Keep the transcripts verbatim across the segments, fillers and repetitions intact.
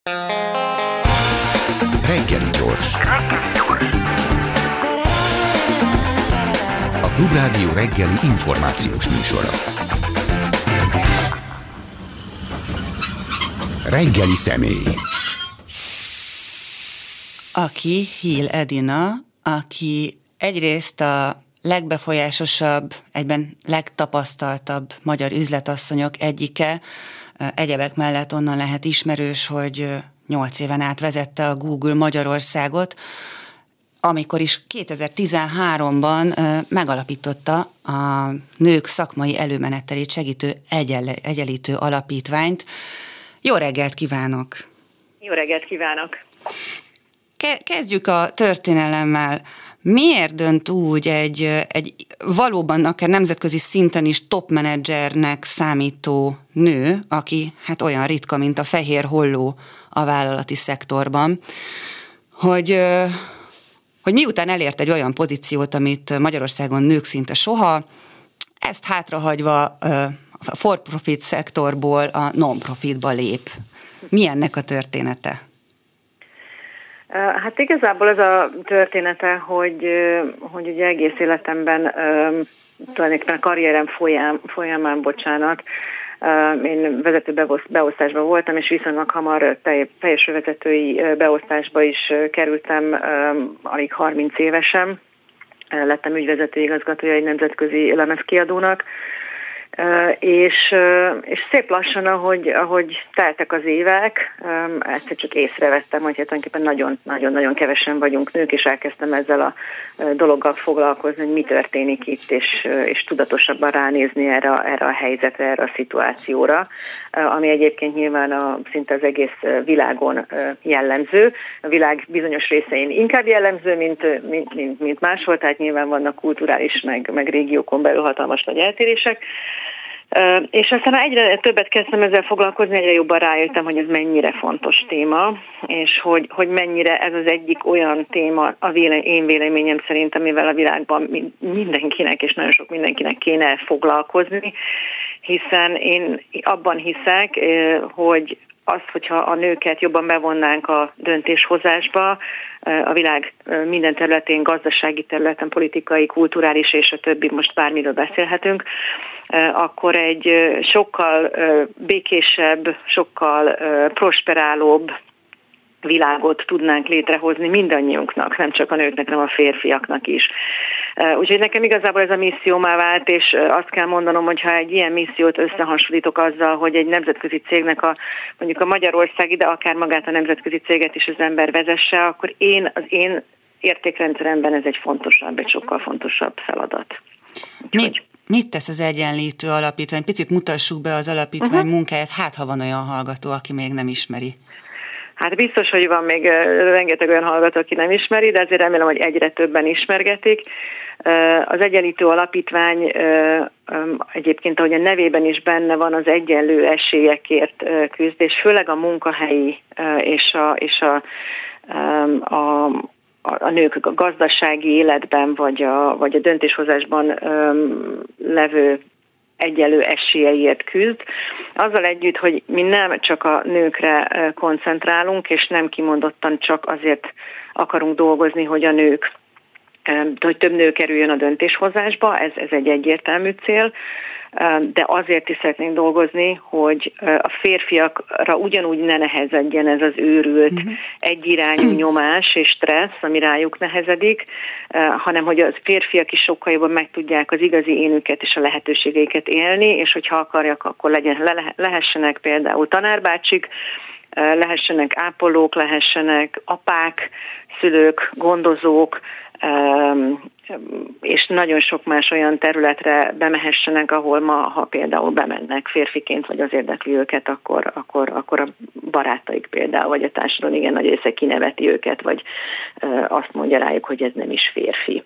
Reggeli gyors. A Klubrádió reggeli információs műsora. Reggeli személy. Aki Hill Edina, aki egyrészt a legbefolyásosabb, egyben legtapasztaltabb magyar üzletasszonyok egyike, egyebek mellett onnan lehet ismerős, hogy nyolc éven át vezette a Google Magyarországot, amikor is kétezer-tizenháromban megalapította a nők szakmai előmenetelét segítő egyenlítő alapítványt. Jó reggelt kívánok! Jó reggelt kívánok! Kezdjük a történelemmel. Miért dönt úgy egy, egy valóban akár nemzetközi szinten is top menedzsernek számító nő, aki hát olyan ritka, mint a fehér holló a vállalati szektorban, hogy, hogy miután elért egy olyan pozíciót, amit Magyarországon nők szinte soha, ezt hátrahagyva a for-profit szektorból a non-profitba lép. Mi ennek a története? Hát igazából ez a története, hogy, hogy ugye egész életemben, tulajdonképpen a karrierem folyam, folyamán, bocsánat, én vezető beosztásban voltam, és viszonylag hamar teljes vezetői beosztásba is kerültem, alig harminc évesen. Lettem ügyvezető igazgatója egy nemzetközi lemezkiadónak, és, és szép lassan, ahogy, ahogy teltek az évek, egyszer csak észrevettem, hogy hát tulajdonképpen nagyon-nagyon kevesen vagyunk nők, és elkezdtem ezzel a dologgal foglalkozni, hogy mi történik itt, és, és tudatosabban ránézni erre, erre a helyzetre, erre a szituációra, ami egyébként nyilván a, szinte az egész világon jellemző. A világ bizonyos részein inkább jellemző, mint, mint, mint, mint máshol, tehát nyilván vannak kulturális, meg, meg régiókon belül hatalmas nagy eltérések. Uh, és aztán egyre többet kezdtem ezzel foglalkozni, egyre jobban rájöttem, hogy ez mennyire fontos téma, és hogy, hogy mennyire ez az egyik olyan téma, a véle, én véleményem szerint, amivel a világban mindenkinek, és nagyon sok mindenkinek kéne foglalkozni, hiszen én abban hiszek, hogy az, hogyha a nőket jobban bevonnánk a döntéshozásba, a világ minden területén, gazdasági területen, politikai, kulturális és a többi, most bármiről beszélhetünk, akkor egy sokkal békésebb, sokkal prosperálóbb világot tudnánk létrehozni mindannyiunknak, nem csak a nőknek, hanem a férfiaknak is. Úgyhogy nekem igazából ez a missziómá vált, és azt kell mondanom, hogy ha egy ilyen missziót összehasonlítok azzal, hogy egy nemzetközi cégnek a, mondjuk a Magyarország, de akár magát a nemzetközi céget is az ember vezesse, akkor én, az én értékrendszeremben ez egy fontosabb, egy sokkal fontosabb feladat. Mi, mit tesz az Egyenlítő Alapítvány? Picit mutassuk be az alapítvány uh-huh. munkáját, hát ha van olyan hallgató, aki még nem ismeri. Hát biztos, hogy van még rengeteg olyan hallgató, aki nem ismeri, de azért remélem, hogy egyre többen ismergetik. Az Egyenlítő Alapítvány egyébként, ahogy a nevében is benne van, az egyenlő esélyekért küzd, és főleg a munkahelyi és a, és a, a, a nők a gazdasági életben, vagy a, vagy a döntéshozásban levő egyenlő esélyeiért küzd. Azzal együtt, hogy mi nem csak a nőkre koncentrálunk, és nem kimondottan csak azért akarunk dolgozni, hogy a nők, hogy több nő kerüljön a döntéshozásba, ez, ez egy egyértelmű cél, de azért is szeretnénk dolgozni, hogy a férfiakra ugyanúgy ne nehezedjen ez az őrült uh-huh. egyirányú nyomás és stressz, ami rájuk nehezedik, hanem hogy a férfiak is sokkal jobban meg tudják az igazi énüket és a lehetőségeiket élni, és hogyha akarják, akkor legyen, le, lehessenek például tanárbácsik, lehessenek ápolók, lehessenek apák, szülők, gondozók, és nagyon sok más olyan területre bemehessenek, ahol ma, ha például bemennek férfiként, vagy az érdekli őket, akkor, akkor, akkor a barátaik például, vagy a társadalom igen nagy része kineveti őket, vagy azt mondja rájuk, hogy ez nem is férfi.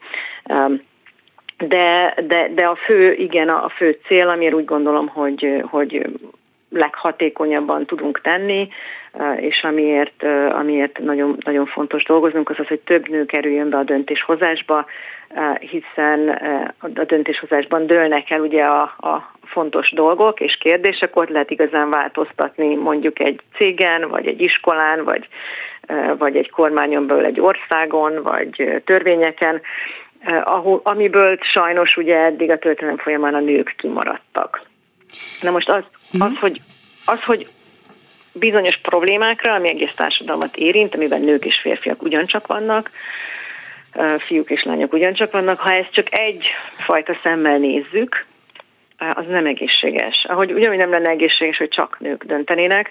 De, de, de a fő, igen, a fő cél, amiért úgy gondolom, hogy, hogy leghatékonyabban tudunk tenni, és amiért, amiért nagyon, nagyon fontos dolgoznunk, az az, hogy több nő kerüljön be a döntéshozásba, hiszen a döntéshozásban dőlnek el ugye a, a fontos dolgok és kérdések, ott lehet igazán változtatni mondjuk egy cégen, vagy egy iskolán, vagy, vagy egy kormányon belül egy országon, vagy törvényeken, ahol, amiből sajnos ugye eddig a történelem folyamán a nők kimaradtak. Na most az, az, hogy, az, hogy bizonyos problémákra, ami egész társadalmat érint, amiben nők és férfiak ugyancsak vannak, fiúk és lányok ugyancsak vannak, ha ezt csak egyfajta szemmel nézzük, az nem egészséges. Ahogy ugyanúgy nem lenne egészséges, hogy csak nők döntenének,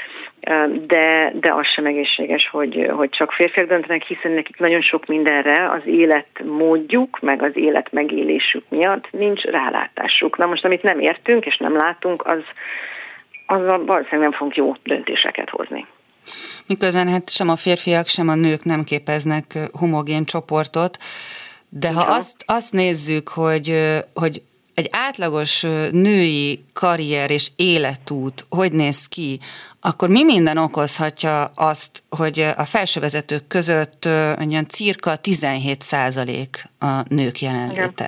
de, de az sem egészséges, hogy, hogy csak férfiak döntenek, hiszen nekik nagyon sok mindenre az életmódjuk, meg az élet megélésük miatt nincs rálátásuk. Na most, amit nem értünk és nem látunk, az, az valószínűleg nem fogunk jó döntéseket hozni. Miközben hát sem a férfiak, sem a nők nem képeznek homogén csoportot, de ha azt, azt nézzük, hogy, hogy egy átlagos női karrier és életút hogy néz ki, akkor mi minden okozhatja azt, hogy a felsővezetők között olyan cirka tizenhét százalék a nők jelenléte?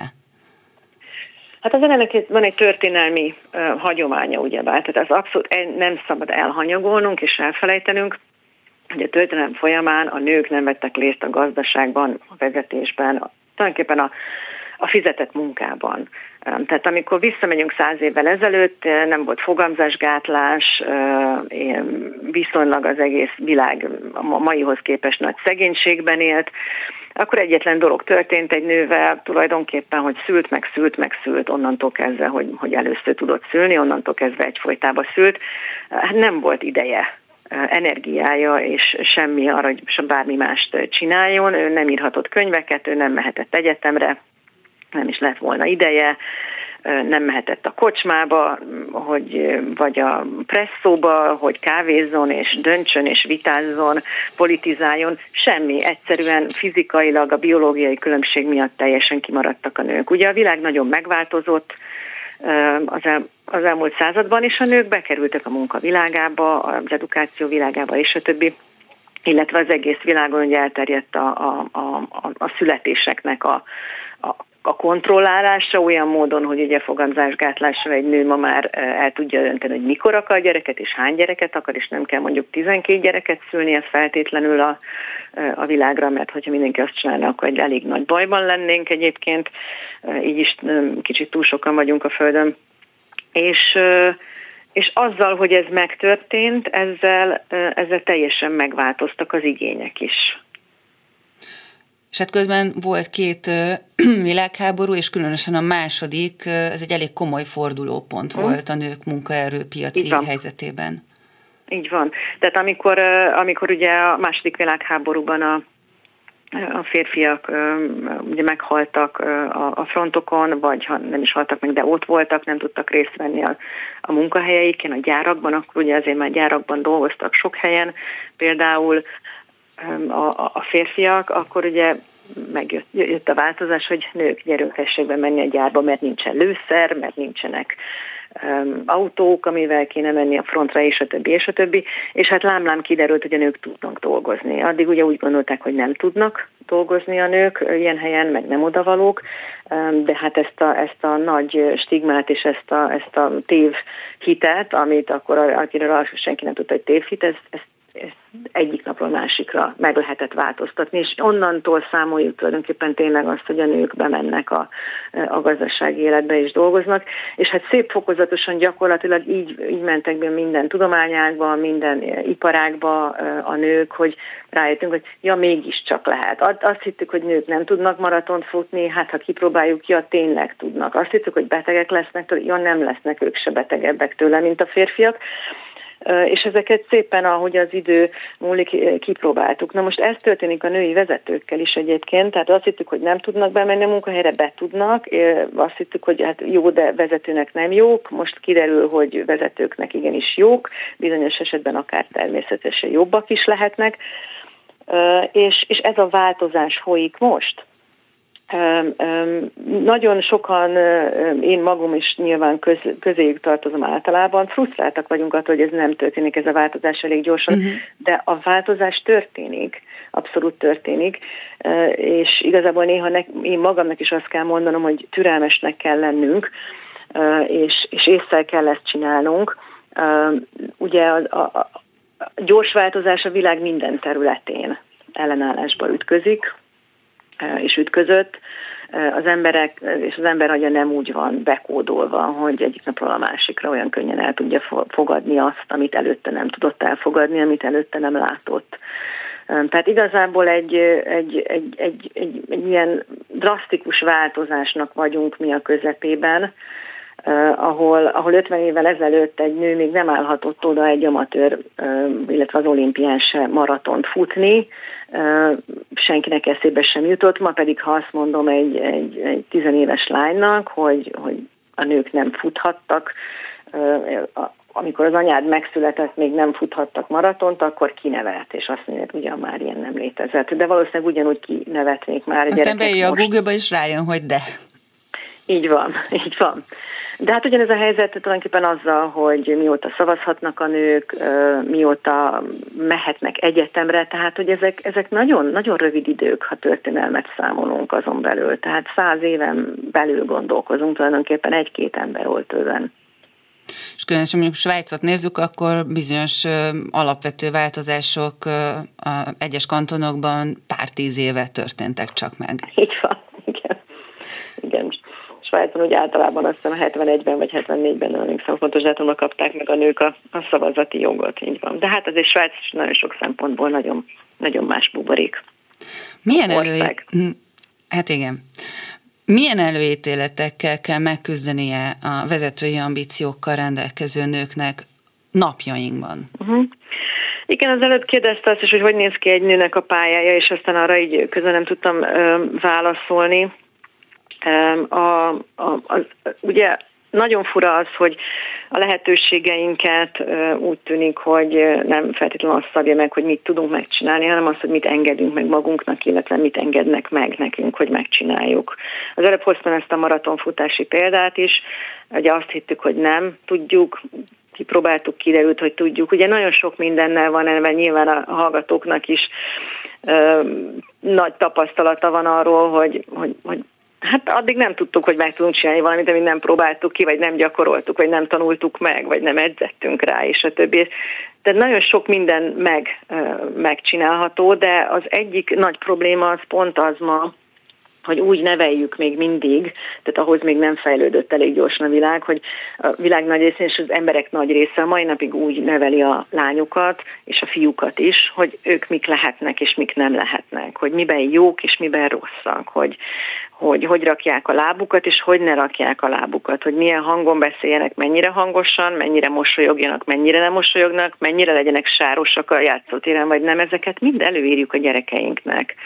Hát az ennek van egy történelmi uh, hagyománya, ugyebár, tehát az abszolút nem szabad elhanyagolnunk és elfelejtenünk, hogy a történelem folyamán a nők nem vettek részt a gazdaságban, a vezetésben, a, tulajdonképpen a, a fizetett munkában. Tehát amikor visszamegyünk száz évvel ezelőtt, nem volt fogamzásgátlás, viszonylag az egész világ a maihoz képest nagy szegénységben élt, akkor egyetlen dolog történt egy nővel, tulajdonképpen, hogy szült, meg szült, meg szült, onnantól kezdve, hogy, hogy először tudott szülni, onnantól kezdve egyfolytában szült. Nem volt ideje, energiája és semmi arra, hogy bármi mást csináljon. Ő nem írhatott könyveket, ő nem mehetett egyetemre, nem is lett volna ideje, nem mehetett a kocsmába, hogy, vagy a presszóba, hogy kávézzon és döntsön és vitázzon, politizáljon, semmi. Egyszerűen fizikailag a biológiai különbség miatt teljesen kimaradtak a nők. Ugye a világ nagyon megváltozott az, el, az elmúlt században, és a nők bekerültek a munka világába, az edukáció világába és a többi, illetve az egész világon ugye elterjedt a, a, a, a születéseknek a, a a kontrollálása olyan módon, hogy ugye fogamzásgátlásra egy nő ma már el tudja dönteni, hogy mikor akar gyereket, és hány gyereket akar, és nem kell mondjuk tizenkét gyereket szülnie feltétlenül a, a világra, mert hogyha mindenki azt csinálna, akkor egy elég nagy bajban lennénk egyébként, így is kicsit túl sokan vagyunk a Földön. És, és azzal, hogy ez megtörtént, ezzel, ezzel teljesen megváltoztak az igények is. És hát közben volt két világháború, és különösen a második, ez egy elég komoly fordulópont hmm. volt a nők munkaerőpiaci helyzetében. Így van. Tehát amikor, amikor ugye a második világháborúban a, a férfiak ugye meghaltak a frontokon, vagy ha nem is haltak meg, de ott voltak, nem tudtak részt venni a, a munkahelyeiken, a gyárakban, akkor ugye azért már gyárakban dolgoztak sok helyen, például A, a férfiak, akkor ugye megjött jött a változás, hogy nők gyerünk tessék be menni a gyárba, mert nincsen lőszer, mert nincsenek um, autók, amivel kéne menni a frontra, és a többi, és a többi. És hát lám-lám kiderült, hogy a nők tudnak dolgozni. Addig ugye úgy gondolták, hogy nem tudnak dolgozni a nők ilyen helyen, meg nem odavalók, um, de hát ezt a, ezt a nagy stigmát és ezt a, ezt a tévhitet, amit akkor, akiről senki nem tudta, hogy tévhit, ez, ez egyik napról másikra meg lehetett változtatni, és onnantól számoljuk tulajdonképpen tényleg azt, hogy a nők bemennek a, a gazdasági életbe és dolgoznak, és hát szép fokozatosan gyakorlatilag így, így mentek be minden tudományágba, minden iparágba a nők, hogy rájöttünk, hogy ja, mégiscsak lehet. Azt hittük, hogy nők nem tudnak maratont futni, hát ha kipróbáljuk, ja, tényleg tudnak. Azt hittük, hogy betegek lesznek tőle, ja, nem lesznek ők se betegebbek tőle, mint a férfiak. És ezeket szépen, ahogy az idő múlik, kipróbáltuk. Na most ez történik a női vezetőkkel is egyébként, tehát azt hittük, hogy nem tudnak bemenni a munkahelyre, be tudnak, azt hittük, hogy hát jó, de vezetőnek nem jók, most kiderül, hogy vezetőknek igenis jók, bizonyos esetben akár természetesen jobbak is lehetnek, és, és ez a változás folyik most. Nagyon sokan, én magam is nyilván köz, közéjük tartozom általában, frusztráltak vagyunk attól, hogy ez nem történik, ez a változás elég gyorsan, uh-huh. de a változás történik, abszolút történik, és igazából néha ne, én magamnak is azt kell mondanom, hogy türelmesnek kell lennünk, és, és észre kell ezt csinálnunk. Ugye a, a, a gyors változás a világ minden területén ellenállásba ütközik, és ütközött. Az emberek, és az ember agya nem úgy van bekódolva, hogy egyik napról a másikra olyan könnyen el tudja fogadni azt, amit előtte nem tudott elfogadni, amit előtte nem látott. Tehát igazából egy, egy, egy, egy, egy, egy ilyen drasztikus változásnak vagyunk mi a közepében, Uh, ahol, ahol ötven évvel ezelőtt egy nő még nem állhatott oda egy amatőr, uh, illetve az olimpián se maratont futni, uh, senkinek eszébe sem jutott, ma pedig ha azt mondom egy, egy, egy tizenéves lánynak, hogy, hogy a nők nem futhattak, uh, amikor az anyád megszületett, még nem futhattak maratont, akkor kinevelt, és azt mondják, ugyan már ilyen nem létezett. De valószínűleg ugyanúgy kinevetnék már. Aztán beírja a Google-ba, és rájön, hogy de. Így van, így van. De hát ugyanez a helyzet tulajdonképpen azzal, hogy mióta szavazhatnak a nők, mióta mehetnek egyetemre, tehát hogy ezek, ezek nagyon, nagyon rövid idők, ha történelmet számolunk azon belül. Tehát száz éven belül gondolkozunk, tulajdonképpen egy-két ember oltőben. És különösen mondjuk Svájcot nézzük, akkor bizonyos alapvető változások a egyes kantonokban pár tíz éve történtek csak meg. Így van, igen. Igen. Svájcon úgy általában azt hiszem hetvenegyben vagy hetvennégyben, nem emlékszem, fontos dátumra kapták meg a nők a, a szavazati jogot, így van. De hát azért Svájc nagyon sok szempontból nagyon, nagyon más buborék. Milyen előít... Hát igen. Milyen előítéletekkel kell megküzdenie a vezetői ambíciókkal rendelkező nőknek napjainkban? Uh-huh. Igen, az előbb kérdezte azt is, hogy hogy néz ki egy nőnek a pályája, és aztán arra így közben nem tudtam ö, válaszolni. A, a, a, ugye nagyon fura az, hogy a lehetőségeinket úgy tűnik, hogy nem feltétlenül azt szabja meg, hogy mit tudunk megcsinálni, hanem azt, hogy mit engedünk meg magunknak, illetve mit engednek meg nekünk, hogy megcsináljuk. Az előbb hoztam ezt a maratonfutási példát is, ugye azt hittük, hogy nem tudjuk, kipróbáltuk, kiderült, hogy tudjuk. Ugye nagyon sok mindennel van, mert nyilván a hallgatóknak is ö, nagy tapasztalata van arról, hogy, hogy, hogy hát addig nem tudtuk, hogy meg tudunk csinálni valamit, amit nem próbáltuk ki, vagy nem gyakoroltuk, vagy nem tanultuk meg, vagy nem edzettünk rá, és a többi. Tehát nagyon sok minden meg, megcsinálható, de az egyik nagy probléma az pont az ma, hogy úgy neveljük még mindig, tehát ahhoz még nem fejlődött elég gyorsan a világ, hogy a világ nagy része és az emberek nagy része a mai napig úgy neveli a lányokat és a fiúkat is, hogy ők mik lehetnek és mik nem lehetnek, hogy miben jók és miben rosszak, hogy hogy hogy rakják a lábukat, és hogy ne rakják a lábukat, hogy milyen hangon beszéljenek, mennyire hangosan, mennyire mosolyogjanak, mennyire nem mosolyognak, mennyire legyenek sárosak a játszótéren, vagy nem, ezeket mind előírjuk a gyerekeinknek.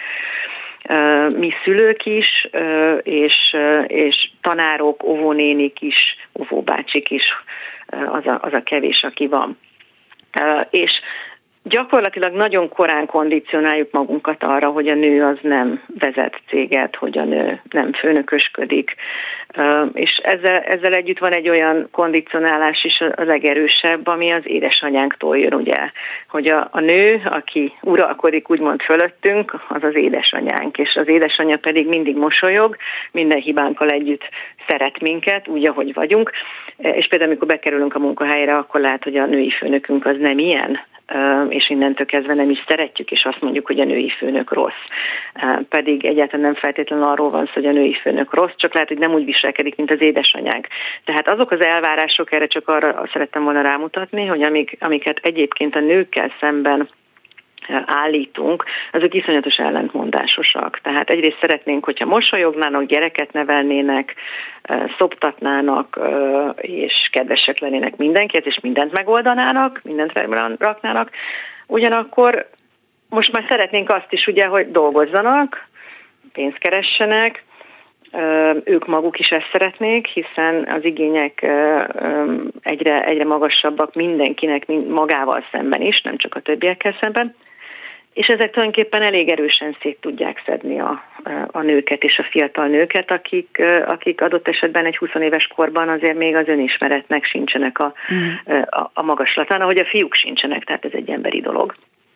Mi szülők is, és, és tanárok, óvónénik is, óvóbácsik is, az a, az a kevés, aki van. És gyakorlatilag nagyon korán kondicionáljuk magunkat arra, hogy a nő az nem vezet céget, hogy a nő nem főnökösködik, és ezzel, ezzel együtt van egy olyan kondicionálás is a legerősebb, ami az édesanyánktól jön, ugye, hogy a, a nő, aki uralkodik úgymond fölöttünk, az az édesanyánk, és az édesanyja pedig mindig mosolyog, minden hibánkkal együtt szeret minket, úgy, ahogy vagyunk, és például amikor bekerülünk a munkahelyre, akkor lát, hogy a női főnökünk az nem ilyen, és innentől kezdve nem is szeretjük, és azt mondjuk, hogy a női főnök rossz. Pedig egyáltalán nem feltétlenül arról van szó, hogy a női főnök rossz, csak lehet, hogy nem úgy viselkedik, mint az édesanyánk. Tehát azok az elvárások, erre csak arra szerettem volna rámutatni, hogy amik, amiket egyébként a nőkkel szemben állítunk, azok iszonyatos ellentmondásosak. Tehát egyrészt szeretnénk, hogyha mosolyognának, gyereket nevelnének, szoptatnának, és kedvesek lennének mindenkihez, és mindent megoldanának, mindent raknának. Ugyanakkor most már szeretnénk azt is, ugye, hogy dolgozzanak, pénzt keressenek, ők maguk is ezt szeretnék, hiszen az igények egyre, egyre magasabbak mindenkinek magával szemben is, nem csak a többiekkel szemben. és ezek tulajdonképpen elég erősen szét tudják szedni a, a nőket és a fiatal nőket, akik, akik adott esetben egy húsz éves korban azért még az önismeretnek sincsenek a, mm. a, a magaslatán, ahogy a fiúk sincsenek, tehát ez egy emberi dolog.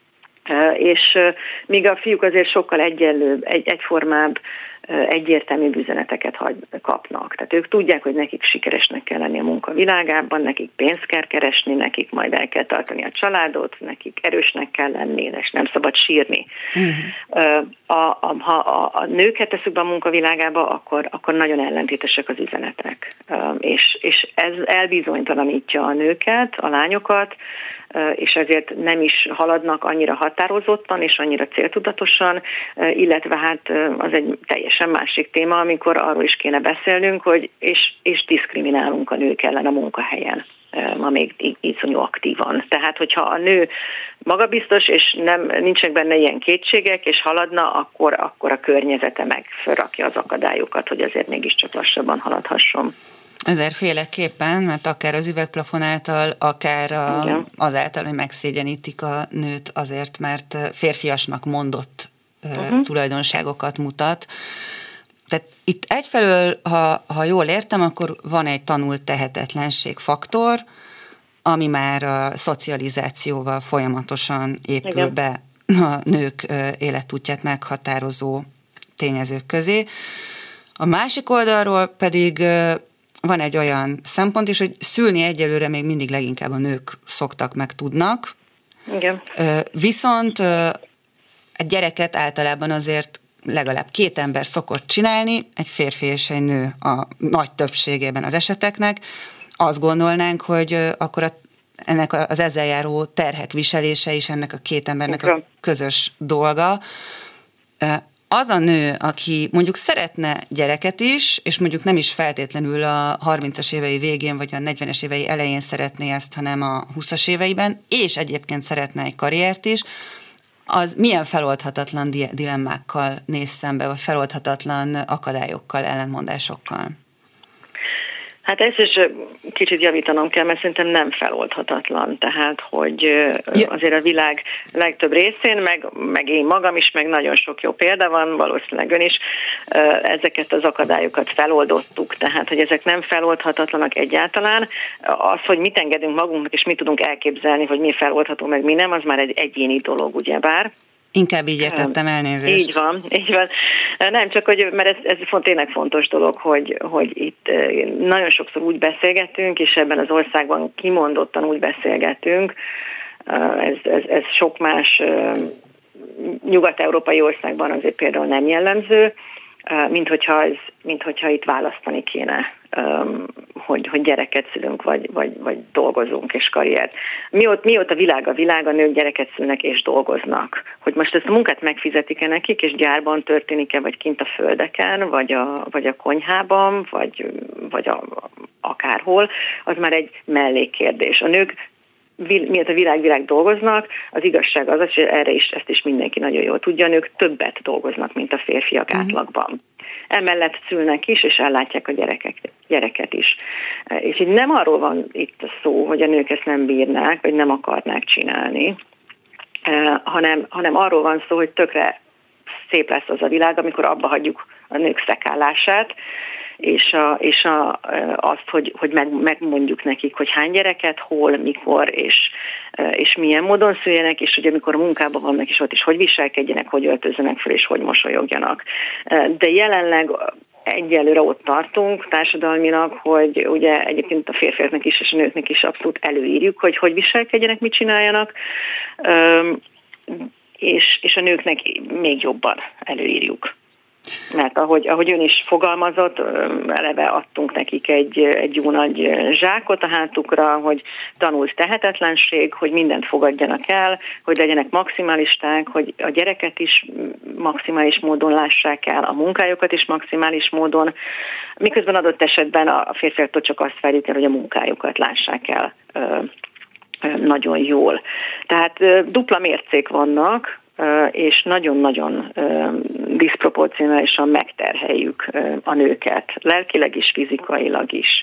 És míg a fiúk azért sokkal egyenlőbb, egy, egyformább, egyértelműbb üzeneteket kapnak. Tehát ők tudják, hogy nekik sikeresnek kell lenni a munka világában, nekik pénzt kell keresni, nekik majd el kell tartani a családot, nekik erősnek kell lenni, és nem szabad sírni. Uh-huh. A, a, ha a, a nőket tesszük be a munkavilágába, akkor, akkor nagyon ellentétesek az üzenetek. És, és ez elbizonytalanítja a nőket, a lányokat, és ezért nem is haladnak annyira határozottan és annyira céltudatosan, illetve hát az egy teljesen másik téma, amikor arról is kéne beszélnünk, hogy és, és diszkriminálunk a nők ellen a munkahelyen, ma még iszonyú aktívan. Tehát, hogyha a nő magabiztos, és nem, nincsenek benne ilyen kétségek, és haladna, akkor, akkor a környezete meg felrakja az akadályokat, hogy azért mégiscsak lassabban haladhasson. Ezerféleképpen, mert akár az üvegplafon által, akár a, azáltal, hogy megszégyenítik a nőt azért, mert férfiasnak mondott uh-huh. tulajdonságokat mutat. Tehát itt egyfelől, ha, ha jól értem, akkor van egy tanult tehetetlenség faktor, ami már a szocializációval folyamatosan épül Igen. be a nők életútját meghatározó tényezők közé. A másik oldalról pedig van egy olyan szempont is, hogy szülni egyelőre még mindig leginkább a nők szoktak, meg tudnak. Igen. Viszont egy gyereket általában azért legalább két ember szokott csinálni, egy férfi és egy nő a nagy többségében az eseteknek. Azt gondolnánk, hogy akkor a, ennek az ezzel járó terhek viselése is ennek a két embernek a közös dolga. Az a nő, aki mondjuk szeretne gyereket is, és mondjuk nem is feltétlenül a harmincas évei végén, vagy a negyvenes évei elején szeretné ezt, hanem a húszas éveiben, és egyébként szeretne egy karriert is, az milyen feloldhatatlan dilemmákkal néz szembe, vagy feloldhatatlan akadályokkal, ellentmondásokkal? Hát ezt is kicsit javítanom kell, mert szerintem nem feloldhatatlan. Tehát, hogy azért a világ legtöbb részén, meg, meg én magam is, meg nagyon sok jó példa van, valószínűleg ön is, ezeket az akadályokat feloldottuk. Tehát, hogy ezek nem feloldhatatlanak egyáltalán. Az, hogy mit engedünk magunknak, és mit tudunk elképzelni, hogy mi feloldható, meg mi nem, az már egy egyéni dolog, ugyebár. Inkább így értettem, elnézést. Így van, így van. Nem csak, hogy, mert ez, ez font, tényleg fontos dolog, hogy, hogy itt nagyon sokszor úgy beszélgetünk, és ebben az országban kimondottan úgy beszélgetünk, ez, ez, ez sok más nyugat-európai országban azért például nem jellemző, mint hogyha, ez, mint hogyha itt választani kéne, hogy, hogy gyereket szülünk, vagy, vagy, vagy dolgozunk, és karriert. Mióta, mióta világ a világ, a nők gyereket szülnek és dolgoznak. Hogy most ezt a munkát megfizetik-e nekik, és gyárban történik-e, vagy kint a földeken, vagy a, vagy a konyhában, vagy, vagy a, akárhol, az már egy mellékkérdés. A nők miatt a világ-világ dolgoznak, az igazság az, és erre is, ezt is mindenki nagyon jól tudja, a nők többet dolgoznak, mint a férfiak uh-huh. átlagban. Emellett szülnek is, és ellátják a gyerekek, gyereket is. És így nem arról van itt szó, hogy a nők ezt nem bírnák, vagy nem akarnák csinálni, hanem, hanem arról van szó, hogy tökre szép lesz az a világ, amikor abba hagyjuk a nők szekálását, és, a, és a, azt, hogy, hogy meg, megmondjuk nekik, hogy hány gyereket, hol, mikor, és, és milyen módon szüljenek, és hogy amikor a munkában vannak, és ott is hogy viselkedjenek, hogy öltözzenek fel, és hogy mosolyogjanak. De jelenleg egyelőre ott tartunk társadalmilag, hogy ugye egyébként a férfiaknak is, és a nőknek is abszolút előírjuk, hogy hogy viselkedjenek, mit csináljanak, és, és a nőknek még jobban előírjuk. Mert ahogy, ahogy ön is fogalmazott, eleve adtunk nekik egy, egy jó nagy zsákot a hátukra, hogy tanult tehetetlenség, hogy mindent fogadjanak el, hogy legyenek maximalisták, hogy a gyereket is maximális módon lássák el, a munkájukat is maximális módon, miközben adott esetben a férfiaktól csak azt várjuk el, hogy a munkájukat lássák el nagyon jól. Tehát dupla mércék vannak, és nagyon-nagyon diszproporcionálisan megterheljük a nőket, lelkileg is, fizikailag is.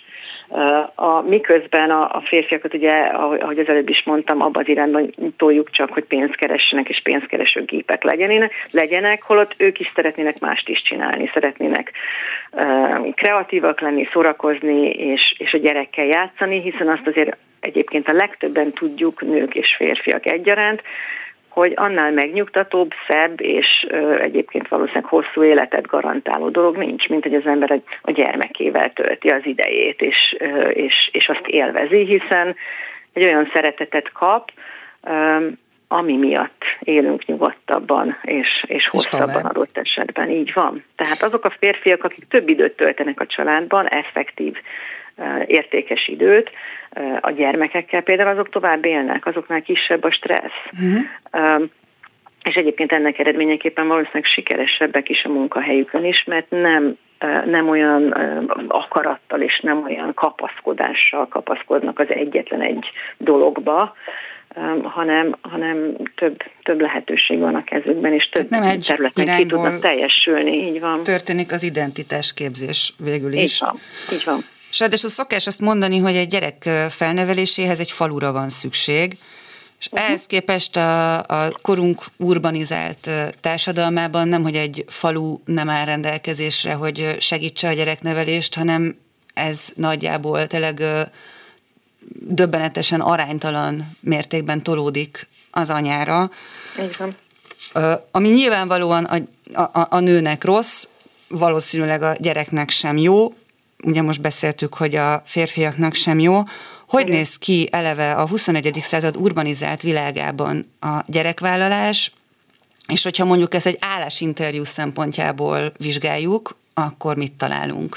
A, miközben a, a férfiakat, ugye, ahogy az előbb is mondtam, abban az irányban toljuk csak, hogy pénzt keressenek és pénzkereső gépek legyenek, legyenek, holott ők is szeretnének mást is csinálni, szeretnének uh, kreatívak lenni, szórakozni és, és a gyerekkel játszani, hiszen azt azért egyébként a legtöbben tudjuk, nők és férfiak egyaránt, hogy annál megnyugtatóbb, szebb és ö, egyébként valószínűleg hosszú életet garantáló dolog nincs, mint hogy az ember a gyermekével tölti az idejét, és, ö, és, és azt élvezi, hiszen egy olyan szeretetet kap, ö, ami miatt élünk nyugodtabban és, és hosszabban adott esetben. Így van. Tehát azok a férfiak, akik több időt töltenek a családban, effektív, értékes időt a gyermekekkel, például azok tovább élnek, azoknál kisebb a stressz. Uh-huh. És egyébként ennek eredményeképpen valószínűleg sikeresebbek is a munkahelyükön is, mert nem, nem olyan akarattal és nem olyan kapaszkodással kapaszkodnak az egyetlen egy dologba, hanem, hanem több, több lehetőség van a kezükben, és több nem egy területen ki tudnak teljesülni. Így van. Történik az identitásképzés végül is. Így van. Így van. És ráadásul szokás azt mondani, hogy egy gyerek felneveléséhez egy falura van szükség, és uh-huh. ehhez képest a, a korunk urbanizált társadalmában nem, hogy egy falu nem áll rendelkezésre, hogy segítse a gyereknevelést, hanem ez nagyjából tényleg döbbenetesen aránytalan mértékben tolódik az anyára. Így van. Ami nyilvánvalóan a, a, a nőnek rossz, valószínűleg a gyereknek sem jó. Ugye most beszéltük, hogy a férfiaknak sem jó. Hogy Igen. néz ki eleve a huszonegyedik század urbanizált világában a gyerekvállalás, és hogyha mondjuk ezt egy állásinterjú szempontjából vizsgáljuk, akkor mit találunk?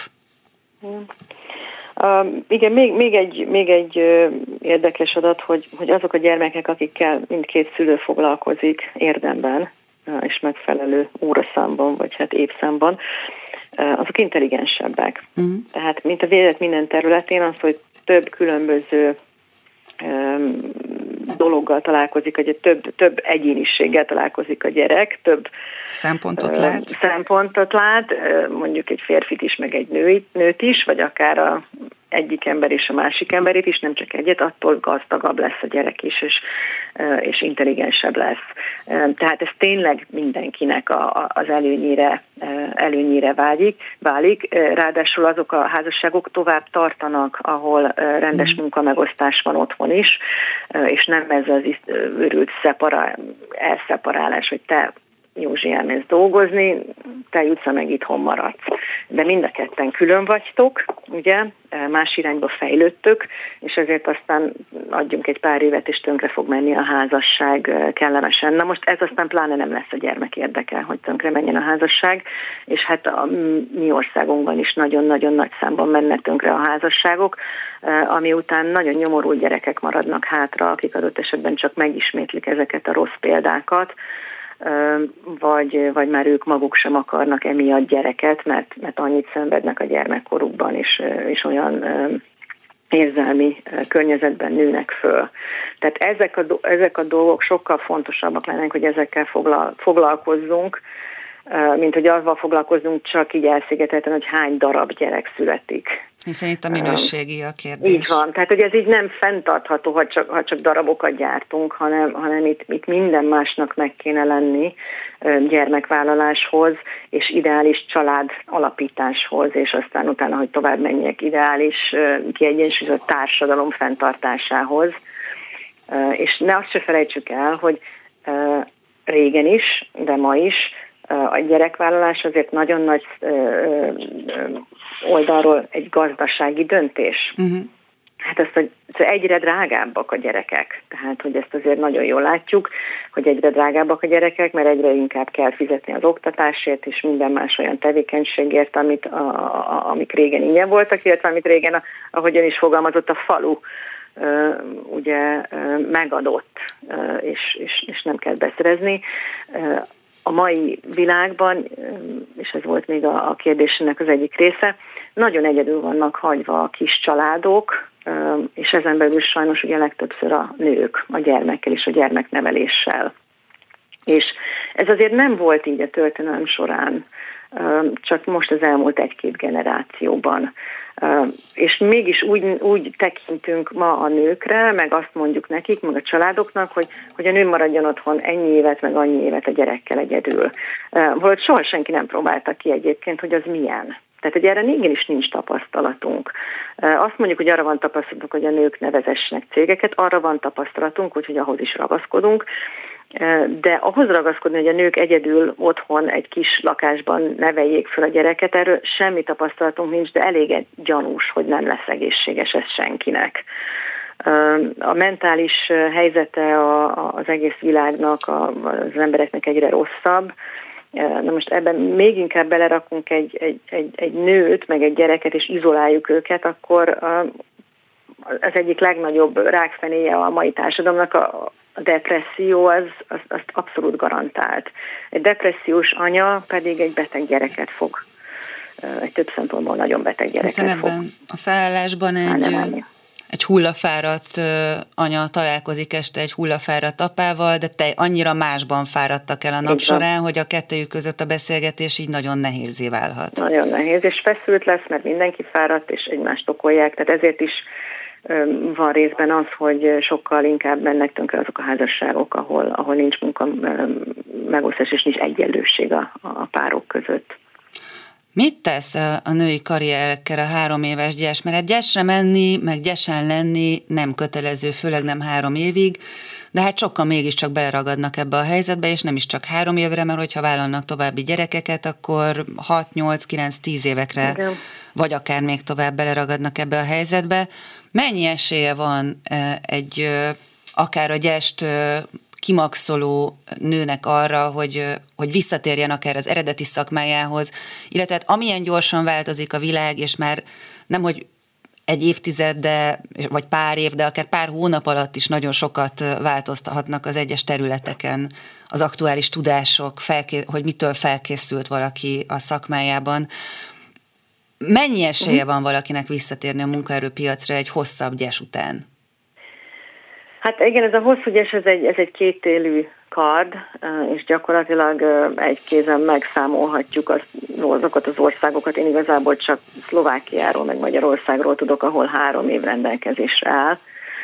Uh, igen, még, még egy, még egy uh, érdekes adat, hogy, hogy azok a gyermekek, akikkel mindkét szülő foglalkozik érdemben, uh, és megfelelő óraszámban, vagy hát évszámban, uh, azok intelligensebbek. Uh-huh. Tehát, mint a élet minden területén, az, hogy több különböző um, dologgal találkozik, hogy több, több egyéniséggel találkozik a gyerek, több szempontot lát. Uh, szempontot lát, uh, mondjuk egy férfit is, meg egy nőt, nőt is, vagy akár a egyik ember és a másik emberét is, nem csak egyet, attól gazdagabb lesz a gyerek is, és, és intelligensebb lesz. Tehát ez tényleg mindenkinek a, a, az előnyére, előnyére válik, válik. Ráadásul azok a házasságok tovább tartanak, ahol rendes munkamegosztás van otthon is, és nem ez az őrült szeparál, elszeparálás, hogy te Józsi elmész dolgozni, te jutsz, meg itthon maradsz. De mind a ketten külön vagytok, ugye, más irányba fejlődtök, és ezért aztán adjunk egy pár évet, és tönkre fog menni a házasság kellemesen. Na most ez aztán pláne nem lesz a gyermek érdeke, hogy tönkre menjen a házasság, és hát a mi országunkban is nagyon-nagyon nagy számban mennek tönkre a házasságok, ami után nagyon nyomorult gyerekek maradnak hátra, akik adott esetben csak megismétlik ezeket a rossz példákat, vagy, vagy már ők maguk sem akarnak emiatt gyereket, mert, mert annyit szenvednek a gyermekkorukban, és, és olyan érzelmi környezetben nőnek föl. Tehát ezek a, ezek a dolgok sokkal fontosabbak lennek, hogy ezekkel foglal, foglalkozzunk, mint hogy azzal foglalkozzunk csak így elszigetelten, hogy hány darab gyerek születik. Hiszen itt a minőségi a kérdés. Így van, tehát hogy ez így nem fenntartható, ha csak, ha csak darabokat gyártunk, hanem, hanem itt, itt minden másnak meg kéne lenni gyermekvállaláshoz, és ideális család alapításhoz, és aztán utána, hogy tovább menjek, ideális kiegyensúlyozott társadalom fenntartásához. És ne azt se felejtsük el, hogy régen is, de ma is a gyerekvállalás azért nagyon nagy oldalról egy gazdasági döntés. Uh-huh. Hát ezt, hogy egyre drágábbak a gyerekek. Tehát, hogy ezt azért nagyon jól látjuk, hogy egyre drágábbak a gyerekek, mert egyre inkább kell fizetni az oktatásért, és minden más olyan tevékenységért, amit, a, a, amik régen ingyen voltak, illetve amit régen, ahogy ön is fogalmazott, a falu Uh, ugye uh, megadott, uh, és, és, és nem kell beszerezni. Uh, a mai világban, és ez volt még a, a kérdésének az egyik része, nagyon egyedül vannak hagyva a kis családok, uh, és ezen belül sajnos ugye legtöbbször a nők a gyermekkel és a gyermekneveléssel. És ez azért nem volt így a történelem során, uh, csak most az elmúlt egy-két generációban És mégis úgy, úgy tekintünk ma a nőkre, meg azt mondjuk nekik, meg a családoknak, hogy, hogy a nő maradjon otthon ennyi évet, meg annyi évet a gyerekkel egyedül. Valahogy soha senki nem próbálta ki egyébként, hogy az milyen. Tehát, hogy erre igenis nincs tapasztalatunk. Azt mondjuk, hogy arra van tapasztalatunk, hogy a nők ne vezessenek cégeket, arra van tapasztalatunk, úgyhogy ahhoz is ragaszkodunk. De ahhoz ragaszkodni, hogy a nők egyedül otthon egy kis lakásban neveljék fel a gyereket, erről semmi tapasztalatunk nincs, de elég gyanús, hogy nem lesz egészséges ez senkinek. A mentális helyzete az egész világnak, az embereknek egyre rosszabb. Na most ebben még inkább belerakunk egy, egy, egy, egy nőt, meg egy gyereket, és izoláljuk őket, akkor az egyik legnagyobb rákfenéje a mai társadalomnak a A depresszió az, az, az abszolút garantált. Egy depressziós anya pedig egy beteg gyereket fog, egy több szempontból nagyon beteg gyereket Hiszen fog. ebben a felállásban egy, egy hullafáradt anya találkozik este egy hullafáradt apával, de te annyira másban fáradtak el a nap során, hogy a kettőjük között a beszélgetés így nagyon nehézzé válhat. Nagyon nehéz, és feszült lesz, mert mindenki fáradt, és egymást okolják, tehát ezért is van részben az, hogy sokkal inkább mennek tönkre azok a házasságok, ahol, ahol nincs munka megosztás és nincs egyenlőség a, a párok között. Mit tesz a női karrierekkel a három éves gyes? Mert gyesre menni, meg gyesen lenni nem kötelező, főleg nem három évig, de hát sokan mégiscsak beleragadnak ebbe a helyzetbe, és nem is csak három évre, mert hogyha vállalnak további gyerekeket, akkor hat, nyolc, kilenc, tíz évekre, igen, vagy akár még tovább beleragadnak ebbe a helyzetbe. Mennyi esélye van egy akár a gyest kimaxoló nőnek arra, hogy, hogy visszatérjen akár az eredeti szakmájához, illetve hát amilyen gyorsan változik a világ, és már nem, hogy egy évtized, de, vagy pár év, de akár pár hónap alatt is nagyon sokat változtathatnak az egyes területeken az aktuális tudások, felké- hogy mitől felkészült valaki a szakmájában. Mennyi esélye van valakinek visszatérni a munkaerőpiacra egy hosszabb gyes után? Hát igen, ez a hosszú gyes, ez egy, ez egy kétélű kard, és gyakorlatilag egy kézen megszámolhatjuk az, azokat az országokat. Én igazából csak Szlovákiáról, meg Magyarországról tudok, ahol három év rendelkezésre áll.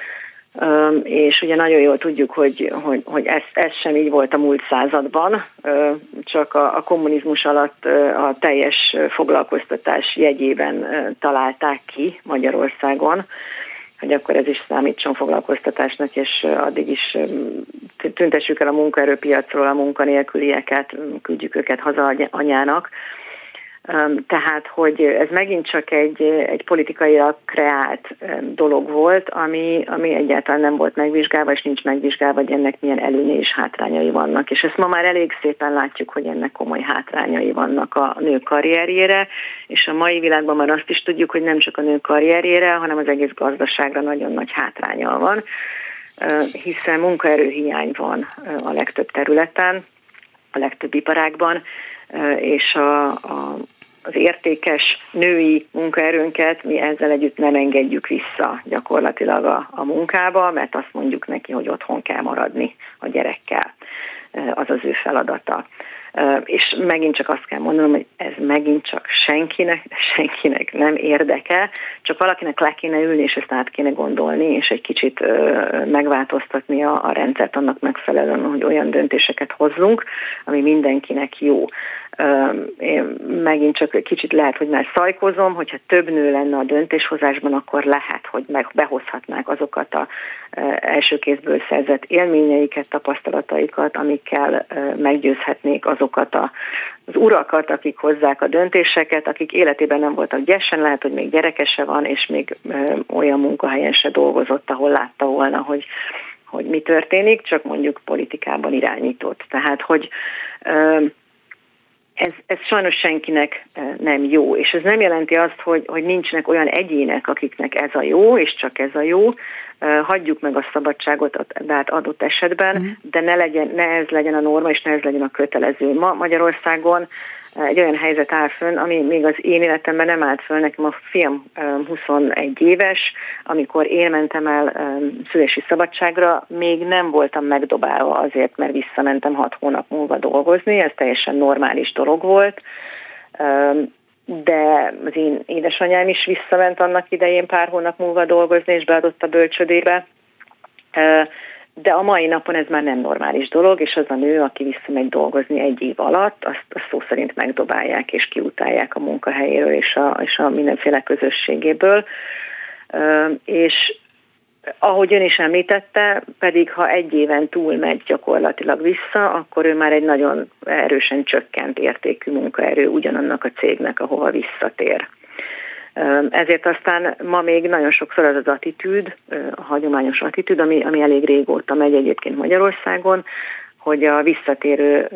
És ugye nagyon jól tudjuk, hogy, hogy, hogy ez, ez sem így volt a múlt században, csak a, a kommunizmus alatt a teljes foglalkoztatás jegyében találták ki Magyarországon, hogy akkor ez is számítson foglalkoztatásnak, és addig is tüntessük el a munkaerőpiacról a munkanélkülieket, küldjük őket haza anyának. Tehát, hogy ez megint csak egy, egy politikailag kreált dolog volt, ami, ami egyáltalán nem volt megvizsgálva, és nincs megvizsgálva, hogy ennek milyen előnye és hátrányai vannak. És ezt ma már elég szépen látjuk, hogy ennek komoly hátrányai vannak a nők karrierjére, és a mai világban már azt is tudjuk, hogy nem csak a nők karrierjére, hanem az egész gazdaságra nagyon nagy hátránya van, hiszen munkaerőhiány van a legtöbb területen, a legtöbb iparágban, és a, a, az értékes női munkaerőnket mi ezzel együtt nem engedjük vissza gyakorlatilag a, a munkába, mert azt mondjuk neki, hogy otthon kell maradni a gyerekkel. Az az ő feladata. És megint csak azt kell mondanom, hogy ez megint csak senkinek, senkinek nem érdeke, csak valakinek le kéne ülni, és ezt át kéne gondolni, és egy kicsit megváltoztatni a, a rendszert annak megfelelően, hogy olyan döntéseket hozzunk, ami mindenkinek jó. Én megint csak kicsit lehet, hogy már szajkozom, hogyha több nő lenne a döntéshozásban, akkor lehet, hogy meg behozhatnák azokat az első kézből szerzett élményeiket, tapasztalataikat, amikkel meggyőzhetnék azokat a, az urakat, akik hozzák a döntéseket, akik életében nem voltak gyesen, lehet, hogy még gyereke se van, és még olyan munkahelyen se dolgozott, ahol látta volna, hogy, hogy mi történik, csak mondjuk politikában irányított. Tehát, hogy Ez, ez sajnos senkinek nem jó, és ez nem jelenti azt, hogy, hogy nincsenek olyan egyének, akiknek ez a jó, és csak ez a jó. Hagyjuk meg a szabadságot hát adott esetben, uh-huh. de ne, legyen, ne ez legyen a norma, és ne ez legyen a kötelező. Ma Magyarországon egy olyan helyzet áll fönn, ami még az én életemben nem állt föl. Nekem a fiam huszonegy éves, amikor én mentem el szülési szabadságra, még nem voltam megdobálva azért, mert visszamentem hat hónap múlva dolgozni, ez teljesen normális dolog volt. de az én édesanyám is visszament annak idején pár hónap múlva dolgozni, és beadott a bölcsödébe. De a mai napon ez már nem normális dolog, és az a nő, aki visszamegy dolgozni egy év alatt, azt, azt szó szerint megdobálják, és kiutálják a munkahelyéről, és a, és a mindenféle közösségéből. És ahogy ön is említette, pedig ha egy éven túl megy gyakorlatilag vissza, akkor ő már egy nagyon erősen csökkent értékű munkaerő ugyanannak a cégnek, ahova visszatér. Ezért aztán ma még nagyon sokszor az az attitűd, a hagyományos attitűd, ami, ami elég régóta megy egyébként Magyarországon, hogy a visszatérő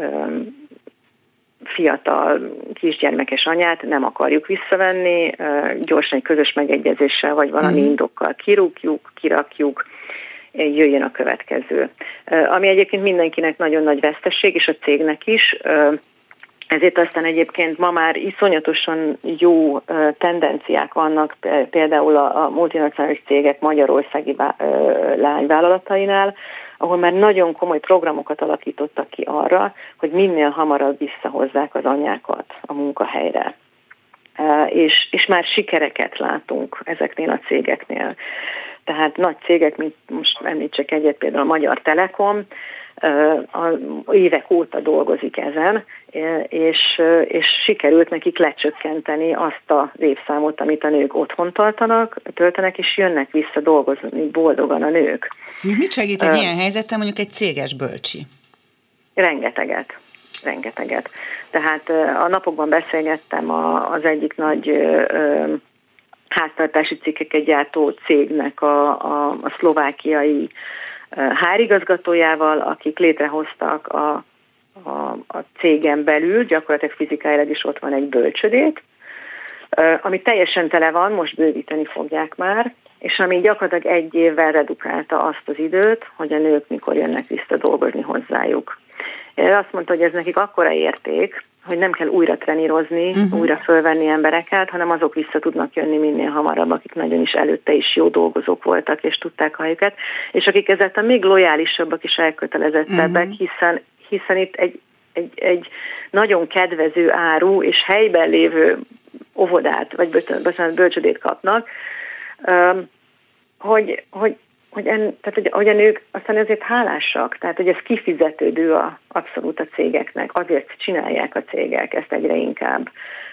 fiatal kisgyermekes anyát nem akarjuk visszavenni, gyorsan egy közös megegyezéssel vagy valami mm. indokkal kirúgjuk, kirakjuk, jöjjön a következő. Ami egyébként mindenkinek nagyon nagy vesztesség, és a cégnek is. Ezért aztán egyébként ma már iszonyatosan jó tendenciák vannak, például a multinacionális cégek magyarországi lányvállalatainál, ahol már nagyon komoly programokat alakítottak ki arra, hogy minél hamarabb visszahozzák az anyákat a munkahelyre. És, és már sikereket látunk ezeknél a cégeknél. Tehát nagy cégek, mint most említsek egyet, például a Magyar Telekom, a évek óta dolgozik ezen, és, és sikerült nekik lecsökkenteni azt az évszámot, amit a nők otthon tartanak, töltenek, és jönnek vissza dolgozni boldogan a nők. Mit segít egy uh, ilyen helyzetben mondjuk egy céges bölcsi? Rengeteget. Rengeteget. Tehát a napokban beszélgettem az egyik nagy háztartási cikkeket gyártó cégnek a, a, a szlovákiai hárigazgatójával, akik létrehoztak a, a, a cégen belül, gyakorlatilag fizikailag is ott van egy bölcsödét, ami teljesen tele van, most bővíteni fogják már, és ami gyakorlatilag egy évvel redukálta azt az időt, hogy a nők mikor jönnek vissza dolgozni hozzájuk. Azt mondta, hogy ez nekik akkora érték, hogy nem kell újra trenírozni, uh-huh. újra fölvenni embereket, hanem azok vissza tudnak jönni minél hamarabb, akik nagyon is előtte is jó dolgozók voltak, és tudták a helyüket, és akik ezáltal még lojálisabbak és elkötelezettebbek, uh-huh. hiszen, hiszen itt egy, egy, egy nagyon kedvező áru és helyben lévő óvodát, vagy bocsánat, bölcsödét kapnak, hogy, hogy Hogy, en, tehát, hogy, hogy a nők aztán azért hálásak, tehát hogy ez kifizetődő a, abszolút a cégeknek, azért csinálják a cégek ezt egyre inkább.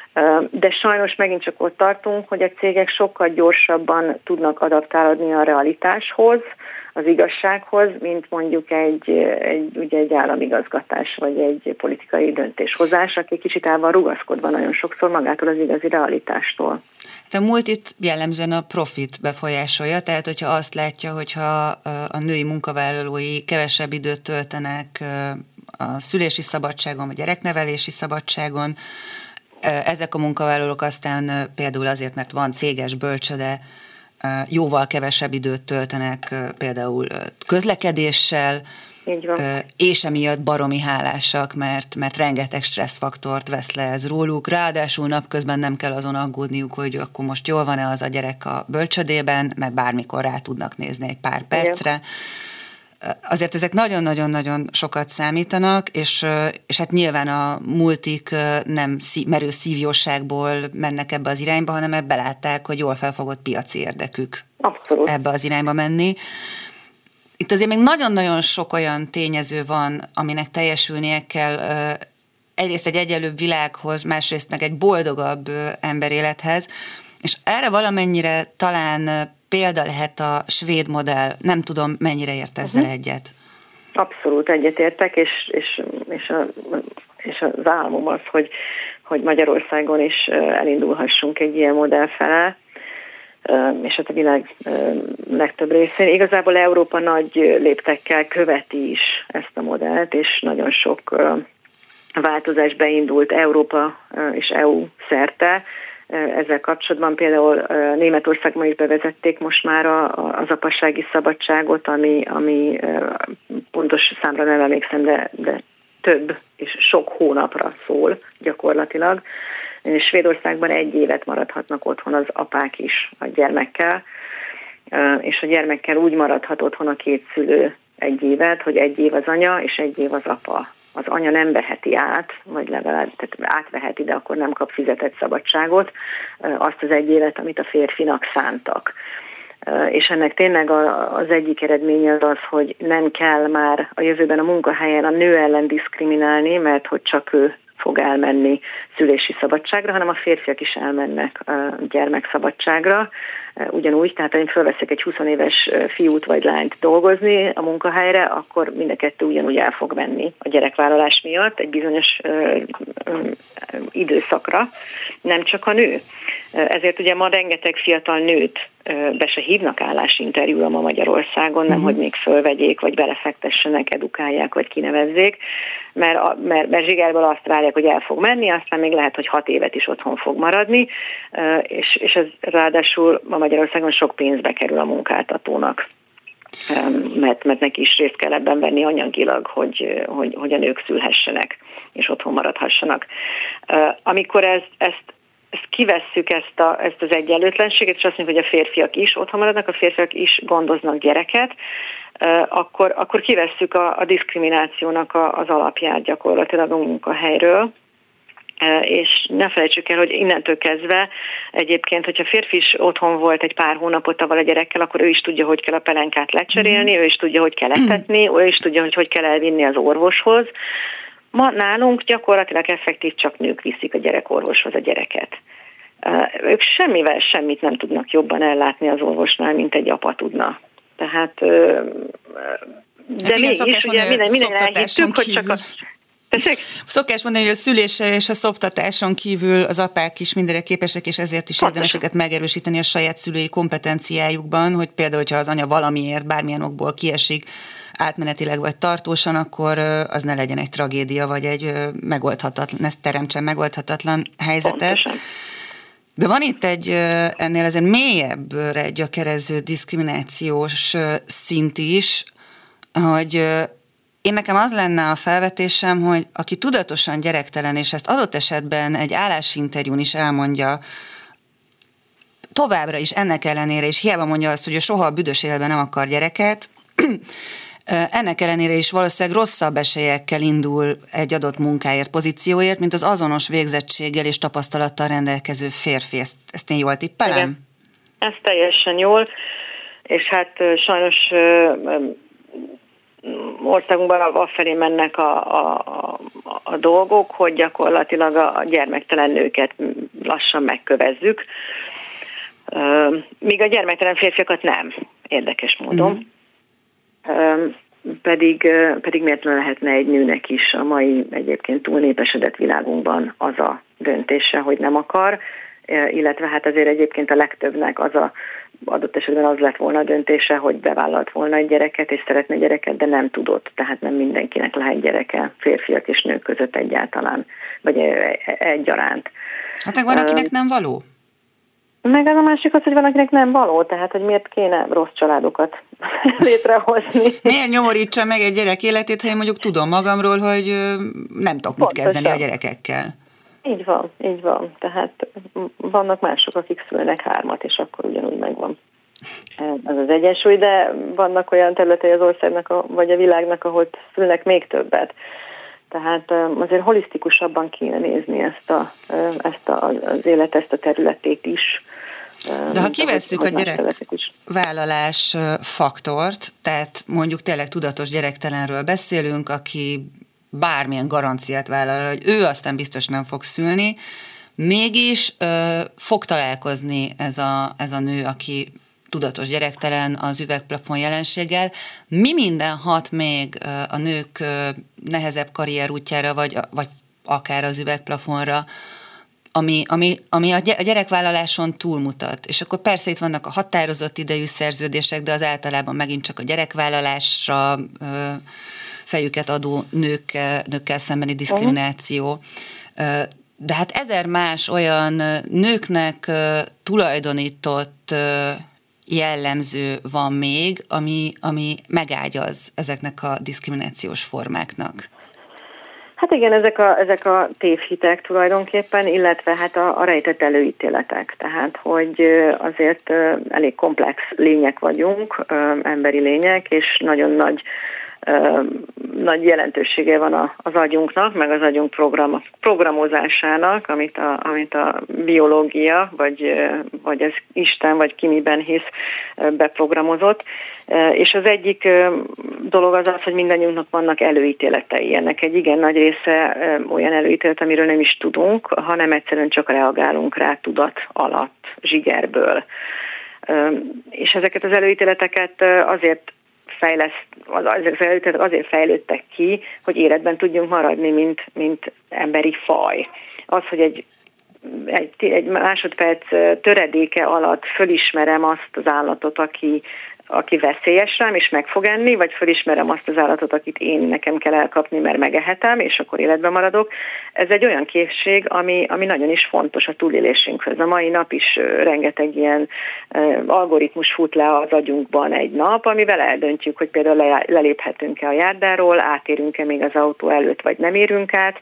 De sajnos megint csak ott tartunk, hogy a cégek sokkal gyorsabban tudnak adaptálódni a realitáshoz, az igazsághoz, mint mondjuk egy, egy, ugye egy államigazgatás, vagy egy politikai döntéshozás, aki kicsit el van rugaszkodva nagyon sokszor magától az igazi realitástól. Hát a múltit jellemzően a profit befolyásolja, tehát hogyha azt látja, hogyha a női munkavállalói kevesebb időt töltenek a szülési szabadságon, vagy gyereknevelési szabadságon, ezek a munkavállalók aztán például azért, mert van céges bölcsöde, jóval kevesebb időt töltenek például közlekedéssel, és emiatt baromi hálásak, mert, mert rengeteg stresszfaktort vesz le ez róluk, ráadásul napközben nem kell azon aggódniuk, hogy akkor most jól van-e az a gyerek a bölcsödében, mert bármikor rá tudnak nézni egy pár percre. Igen. Azért ezek nagyon-nagyon-nagyon sokat számítanak, és, és hát nyilván a multik nem szí, merő szívjóságból mennek ebbe az irányba, hanem mert belátták, hogy jól felfogott piaci érdekük Abszolút. Ebbe az irányba menni. Itt azért még nagyon-nagyon sok olyan tényező van, aminek teljesülnie kell egyrészt egy egyenlőbb világhoz, másrészt meg egy boldogabb emberélethez, és erre valamennyire talán példa lehet a svéd modell. Nem tudom, mennyire ért ezzel uh-huh. egyet. Abszolút egyetértek, és, és, és, a, és az álmom az, hogy, hogy Magyarországon is elindulhassunk egy ilyen modell fele, és hát a világ legtöbb részén. Igazából Európa nagy léptekkel követi is ezt a modellt, és nagyon sok változás beindult Európa és é u szerte. Ezzel kapcsolatban például Németországban is bevezették most már az apasági szabadságot, ami, ami pontos számra nem emlékszem, de, de több és sok hónapra szól gyakorlatilag. Svédországban egy évet maradhatnak otthon az apák is a gyermekkel, és a gyermekkel úgy maradhat otthon a két szülő egy évet, hogy egy év az anya és egy év az apa. az anya nem veheti át, vagy legalább tehát átveheti, de akkor nem kap fizetett szabadságot, azt az egy évet, amit a férfinak szántak. És ennek tényleg az egyik eredménye az az, hogy nem kell már a jövőben a munkahelyen a nő ellen diszkriminálni, mert hogy csak ő fog elmenni szülési szabadságra, hanem a férfiak is elmennek a gyermekszabadságra. Ugyanúgy, tehát ha én felveszek egy húsz éves fiút vagy lányt dolgozni a munkahelyre, akkor mind a kettő ugyanúgy el fog venni a gyerekvállalás miatt egy bizonyos ö, ö, időszakra, nem csak a nő. Ezért ugye ma rengeteg fiatal nőt be se hívnak állásinterjúra ma Magyarországon, nem, uh-huh. hogy még fölvegyék, vagy belefektessenek, edukálják, vagy kinevezzék, mert, mert, mert zsigerből azt várják, hogy el fog menni, aztán még lehet, hogy hat évet is otthon fog maradni, és, és ez ráadásul ma Magyarországon sok pénzbe kerül a munkáltatónak. Mert, mert neki is részt kell ebben venni anyagilag, hogy, hogy, hogy a nők szülhessenek, és otthon maradhassanak. Amikor ez, ezt ezt kivesszük ezt, a, ezt az egyenlőtlenséget, és azt mondjuk, hogy a férfiak is otthon maradnak, a férfiak is gondoznak gyereket, akkor, akkor kivesszük a, a diszkriminációnak a, az alapját gyakorlatilag a munkahelyről. És ne felejtsük el, hogy innentől kezdve egyébként, hogyha férfi is otthon volt egy pár hónapot avval a gyerekkel, akkor ő is tudja, hogy kell a pelenkát lecserélni, ő is tudja, hogy kell etetni, ő is tudja, hogy hogy kell elvinni az orvoshoz. Ma nálunk gyakorlatilag effektív csak nők viszik a gyerekorvoshoz a gyereket. Ők semmivel semmit nem tudnak jobban ellátni az orvosnál, mint egy apa tudna. Tehát, de hát mégis ugye minden, minden elhittük, hogy csak a... Tessék? Szokás mondani, hogy a szülése és a szoptatáson kívül az apák is mindenre képesek, és ezért is érdemes őket megerősíteni a saját szülői kompetenciájukban, hogy például, hogyha az anya valamiért, bármilyen okból kiesik, átmenetileg vagy tartósan, akkor az ne legyen egy tragédia, vagy egy megoldhatatlan, ezt teremtsen megoldhatatlan helyzetet. Pontosan. De van itt egy ennél azért mélyebbre gyökerező diszkriminációs szint is, hogy én nekem az lenne a felvetésem, hogy aki tudatosan gyerektelen, és ezt adott esetben egy állásinterjún is elmondja, továbbra is ennek ellenére, és hiába mondja azt, hogy ő soha a büdös életben nem akar gyereket, ennek ellenére is valószínűleg rosszabb esélyekkel indul egy adott munkáért, pozícióért, mint az azonos végzettséggel és tapasztalattal rendelkező férfi. Ezt, ezt én jól tippelem? Igen, ez teljesen jól, és hát sajnos országunkban afelé mennek a, a, a dolgok, hogy gyakorlatilag a gyermektelen nőket lassan megkövezzük, míg a gyermektelen férfiakat nem, érdekes módon. Mm. Pedig, pedig miért ne lehetne egy nőnek is a mai egyébként túlnépesedett világunkban az a döntése, hogy nem akar, illetve hát azért egyébként a legtöbbnek az a adott esetben az lett volna a döntése, hogy bevállalt volna egy gyereket, és szeretne gyereket, de nem tudott, tehát nem mindenkinek lehet gyereke, férfiak és nők között egyáltalán, vagy egyaránt. Hát meg van, akinek nem való. Meg az a másik az, hogy van, akinek nem való, tehát hogy miért kéne rossz családokat létrehozni. Miért nyomorítsa meg egy gyerek életét, ha én mondjuk tudom magamról, hogy nem tudok mit kezdeni a gyerekekkel. Így van, így van. Tehát vannak mások, akik szülnek hármat, és akkor ugyanúgy megvan ez az egyensúly, de vannak olyan területei az országnak, a, vagy a világnak, ahol szülnek még többet. Tehát azért holisztikusabban kéne nézni ezt, a, ezt a, az élet, ezt a területét is. De ha kivesszük a gyerekvállalás faktort, tehát mondjuk tényleg tudatos gyerektelenről beszélünk, aki bármilyen garanciát vállal, hogy ő aztán biztos nem fog szülni, mégis ö, fog találkozni ez a, ez a nő, aki tudatos gyerektelen az üvegplafon jelenséggel. Mi minden hat még a nők nehezebb karrier útjára, vagy, vagy akár az üvegplafonra, ami, ami, ami a gyerekvállaláson túlmutat. És akkor persze itt vannak a határozott idejű szerződések, de az általában megint csak a gyerekvállalásra fejüket adó nőkkel, nőkkel szembeni diszkrimináció. De hát ezer más olyan nőknek tulajdonított jellemző van még, ami, ami megágyaz ezeknek a diszkriminációs formáknak. Hát igen, ezek a, ezek a tévhitek tulajdonképpen, illetve hát a, a rejtett előítéletek. Tehát, hogy azért elég komplex lények vagyunk, emberi lények, és nagyon nagy nagy jelentősége van az agyunknak, meg az agyunk program, programozásának, amit a, amit a biológia, vagy, vagy az Isten, vagy ki miben hisz, beprogramozott. És az egyik dolog az az, hogy mindannyiunknak vannak előítéletei. Ennek egy igen nagy része olyan előítélet, amiről nem is tudunk, hanem egyszerűen csak reagálunk rá tudat alatt, zsigerből. És ezeket az előítéleteket azért fejleszt, ezek az előítéletek azért fejlődtek ki, hogy életben tudjunk maradni, mint, mint emberi faj. Az, hogy egy Egy, egy másodperc töredéke alatt fölismerem azt az állatot, aki, aki veszélyes rám, és meg fog enni, vagy fölismerem azt az állatot, akit én nekem kell elkapni, mert megehetem, és akkor életben maradok. Ez egy olyan készség, ami, ami nagyon is fontos a túlélésünkhöz. A mai nap is rengeteg ilyen algoritmus fut le az agyunkban egy nap, amivel eldöntjük, hogy például le, leléphetünk-e a járdáról, átérünk-e még az autó előtt, vagy nem érünk át.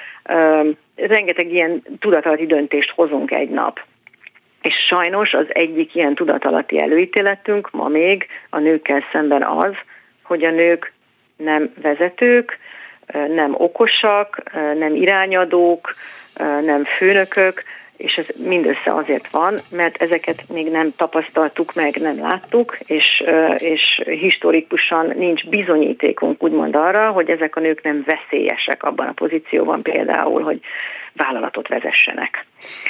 Rengeteg ilyen tudatalatti döntést hozunk egy nap. És sajnos az egyik ilyen tudatalatti előítéletünk ma még a nőkkel szemben az, hogy a nők nem vezetők, nem okosak, nem irányadók, nem főnökök, és ez mindössze azért van, mert ezeket még nem tapasztaltuk meg, nem láttuk, és, és historikusan nincs bizonyítékunk úgymond arra, hogy ezek a nők nem veszélyesek abban a pozícióban például, hogy vállalatot vezessenek.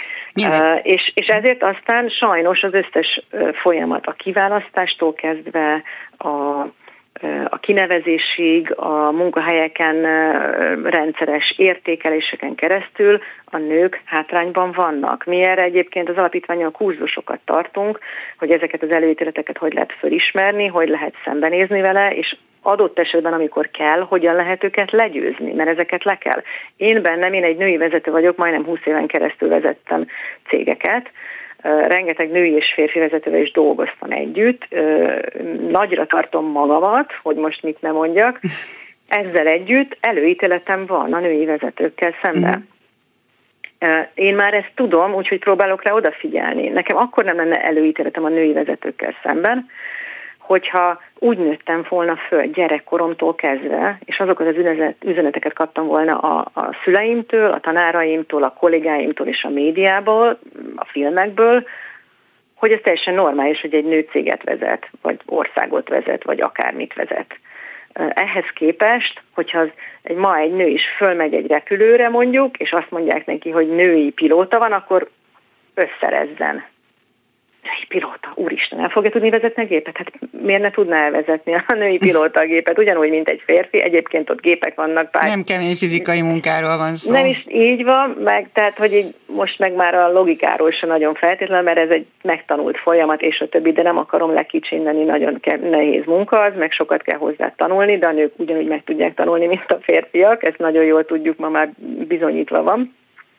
Uh, és, és ezért aztán sajnos az összes folyamat a kiválasztástól kezdve a a kinevezésig, a munkahelyeken rendszeres értékeléseken keresztül a nők hátrányban vannak. Mi erre egyébként az alapítványon kurzusokat tartunk, hogy ezeket az előítéleteket hogy lehet fölismerni, hogy lehet szembenézni vele, és adott esetben, amikor kell, hogyan lehet őket legyőzni, mert ezeket le kell. Én bennem, én egy női vezető vagyok, majdnem húsz éven keresztül vezettem cégeket, rengeteg női és férfi vezetővel is dolgoztam együtt. Nagyra tartom magamat, hogy most mit ne mondjak. Ezzel együtt előítéletem van a női vezetőkkel szemben. Uh-huh. Én már ezt tudom, úgyhogy próbálok rá odafigyelni. Nekem akkor nem lenne előítéletem a női vezetőkkel szemben, hogyha úgy nőttem volna föl gyerekkoromtól kezdve, és azokat az üzeneteket kaptam volna a, a szüleimtől, a tanáraimtól, a kollégáimtól és a médiából, a filmekből, hogy ez teljesen normális, hogy egy nő céget vezet, vagy országot vezet, vagy akármit vezet. Ehhez képest, hogyha az, egy, ma egy nő is fölmegy egy repülőre mondjuk, és azt mondják neki, hogy női pilóta van, akkor összerezzen. Női pilóta, úristen, el fogja tudni vezetni a gépet? Hát miért ne tudná elvezetni a női pilóta a gépet? Ugyanúgy, mint egy férfi, egyébként ott gépek vannak. Pár... Nem kemény fizikai munkáról van szó. Nem is így van, meg, tehát hogy így most meg már a logikáról sem nagyon feltétlenül, mert ez egy megtanult folyamat, és a többi, de nem akarom lekicsinneni, nagyon ke- nehéz munka az, meg sokat kell hozzá tanulni, de a nők ugyanúgy meg tudják tanulni, mint a férfiak, ezt nagyon jól tudjuk, ma már bizonyítva van.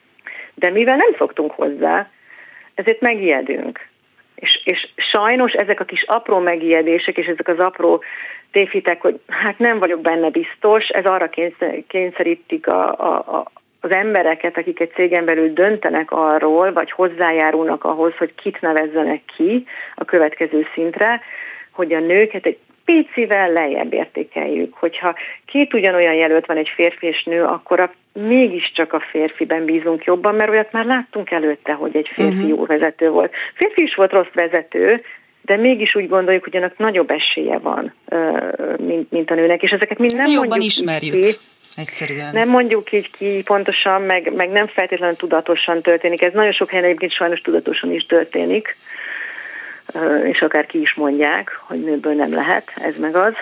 De mivel nem szoktunk hozzá, ezért megijedünk. És, és sajnos ezek a kis apró megijedések, és ezek az apró tévhitek, hogy hát nem vagyok benne biztos, ez arra kényszerítik a, a, a, az embereket, akik egy cégen belül döntenek arról, vagy hozzájárulnak ahhoz, hogy kit nevezzenek ki a következő szintre, hogy a nőket egy picivel lejjebb értékeljük. Hogyha két ugyanolyan jelölt van, egy férfi és nő, akkor a, mégiscsak a férfiben bízunk jobban, mert olyat már láttunk előtte, hogy egy férfi uh-huh. jó vezető volt. Férfi is volt rossz vezető, de mégis úgy gondoljuk, hogy annak nagyobb esélye van, mint, mint a nőnek, és ezeket mind nem hát mondjuk jobban ismerjük. Ki. Egyszerűen. Nem mondjuk így ki pontosan, meg, meg nem feltétlenül tudatosan történik. Ez nagyon sok helyen egyébként sajnos tudatosan is történik, és akár ki is mondják, hogy nőből nem lehet, ez meg az.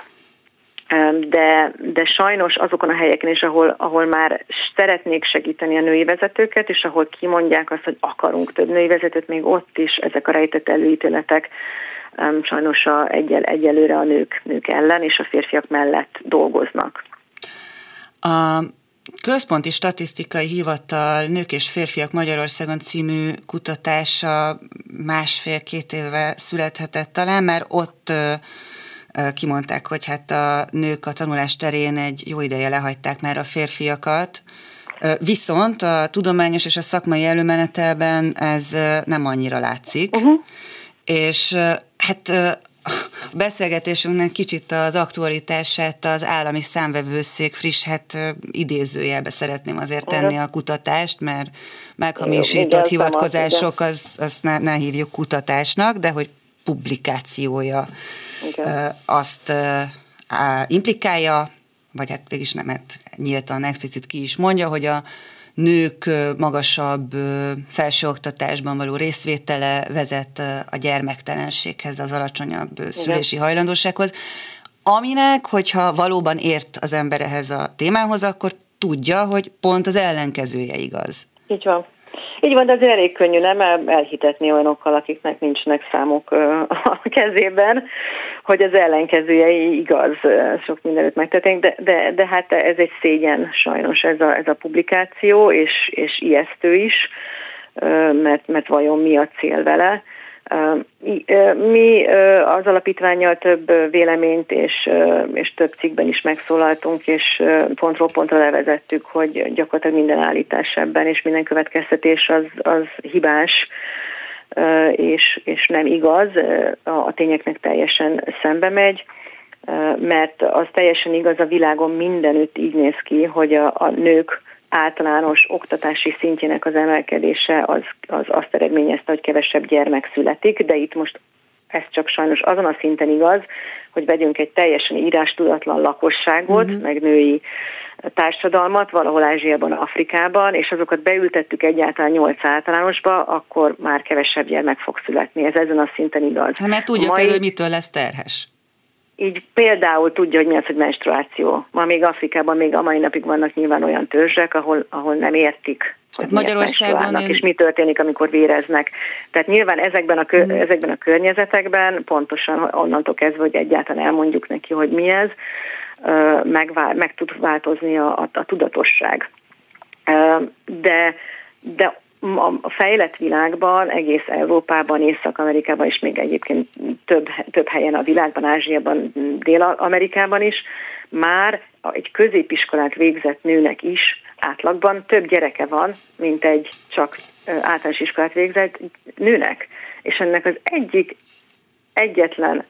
De, de sajnos azokon a helyeken is, ahol, ahol már szeretnék segíteni a női vezetőket, és ahol kimondják azt, hogy akarunk több női vezetőt, még ott is ezek a rejtett előítéletek sajnos a, egyel, egyelőre a nők, nők ellen és a férfiak mellett dolgoznak. A Központi Statisztikai Hivatal Nők és Férfiak Magyarországon című kutatása másfél-két éve születhetett talán, mert ott kimondták, hogy hát a nők a tanulás terén egy jó ideje lehagyták már a férfiakat, viszont a tudományos és a szakmai előmenetelben ez nem annyira látszik, uh-huh. és hát a beszélgetésünknek kicsit az aktualitását az állami számvevőszék friss, hát idézőjelbe szeretném azért tenni a kutatást, mert meghamisított hivatkozások, az, azt ne, ne hívjuk kutatásnak, de hogy publikációja igen. azt implikálja, vagy hát mégis nem, hát nyíltan, explicit ki is mondja, hogy a nők magasabb felsőoktatásban való részvétele vezet a gyermektelenséghez, az alacsonyabb szülési igen. hajlandósághoz, aminek, hogyha valóban ért az ember ehhez a témához, akkor tudja, hogy pont az ellenkezője igaz. Így van. Így van, de azért elég könnyű nem elhitetni olyanokkal, akiknek nincsenek számok a kezében, hogy az ellenkezője igaz, sok mindenütt megtörténik, de, de, de hát ez egy szégyen sajnos ez a, ez a publikáció, és, és ijesztő is, mert, mert vajon mi a cél vele. Mi az alapítvánnyal több véleményt és, és több cikkben is megszólaltunk, és pontról pontra levezettük, hogy gyakorlatilag minden állítás ebben és minden következtetés az, az hibás, és, és nem igaz, a tényeknek teljesen szembe megy, mert az teljesen igaz, a világon mindenütt így néz ki, hogy a, a nők általános oktatási szintjének az emelkedése az, az azt eredményezte, hogy kevesebb gyermek születik, de itt most ez csak sajnos azon a szinten igaz, hogy vegyünk egy teljesen írástudatlan lakosságot, uh-huh. meg női társadalmat valahol Ázsiában, Afrikában, és azokat beültettük egyáltalán nyolc általánosba, akkor már kevesebb gyermek fog születni. Ez ezen a szinten igaz. Hát mert tudja mai... például, hogy mitől lesz terhes. Így például tudja, hogy mi az, hogy menstruáció. Ma még Afrikában, még a mai napig vannak nyilván olyan törzsek, ahol, ahol nem értik, hogy hát Magyarországon én... és mi történik, amikor véreznek. Tehát nyilván ezekben a, kö, hmm. ezekben a környezetekben pontosan onnantól kezdve, hogy egyáltalán elmondjuk neki, hogy mi ez, meg, meg tud változni a, a, a tudatosság. De, de a fejlett világban, egész Európában, Észak-Amerikában és még egyébként több, több helyen a világban, Ázsiában, Dél-Amerikában is, már egy középiskolát végzett nőnek is átlagban több gyereke van, mint egy csak általános iskolát végzett nőnek. És ennek az egyik egyetlen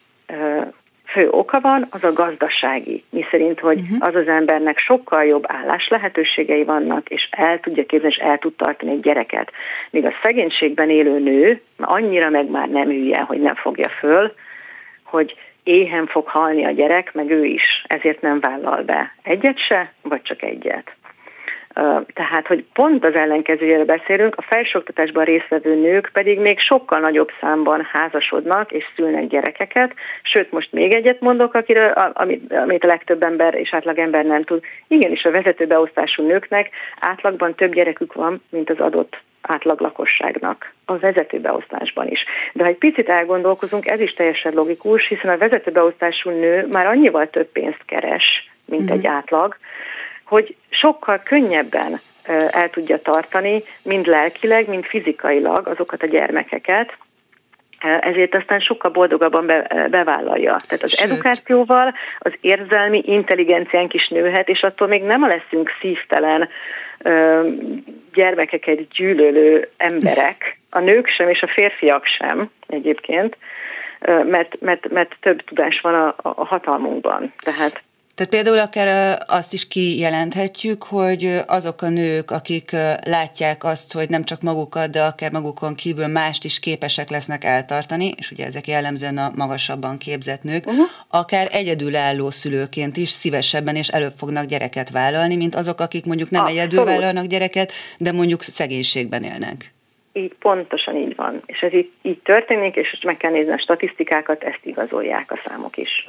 fő oka van, az a gazdasági, miszerint, hogy az az embernek sokkal jobb állás lehetőségei vannak, és el tudja képzelni, és el tud tartani egy gyereket. Míg a szegénységben élő nő annyira meg már nem hülye, hogy nem fogja föl, hogy éhen fog halni a gyerek, meg ő is, ezért nem vállal be egyet se, vagy csak egyet. Tehát, hogy pont az ellenkezőjéről beszélünk, a felsőoktatásban résztvevő nők pedig még sokkal nagyobb számban házasodnak és szülnek gyerekeket, sőt, most még egyet mondok, akiről, amit, amit a legtöbb ember és átlagember nem tud. Igenis, a vezetőbeosztású nőknek átlagban több gyerekük van, mint az adott átlag lakosságnak a vezetőbeosztásban is. De ha egy picit elgondolkozunk, ez is teljesen logikus, hiszen a vezetőbeosztású nő már annyival több pénzt keres, mint mm-hmm. egy átlag, hogy sokkal könnyebben el tudja tartani, mind lelkileg, mind fizikailag azokat a gyermekeket, ezért aztán sokkal boldogabban be, bevállalja. Tehát az Sőt. edukációval az érzelmi intelligenciánk is nőhet, és attól még nem leszünk szívtelen gyermekeket gyűlölő emberek, a nők sem és a férfiak sem egyébként, mert, mert, mert több tudás van a, a hatalmunkban. Tehát Tehát például akár azt is kijelenthetjük, hogy azok a nők, akik látják azt, hogy nem csak magukat, de akár magukon kívül mást is képesek lesznek eltartani, és ugye ezek jellemzően a magasabban képzett nők, uh-huh. akár egyedülálló szülőként is szívesebben és előbb fognak gyereket vállalni, mint azok, akik mondjuk nem Abszolút. egyedül vállalnak gyereket, de mondjuk szegénységben élnek. Így pontosan így van. És ez így, így történik, és meg kell nézni a statisztikákat, ezt igazolják a számok is.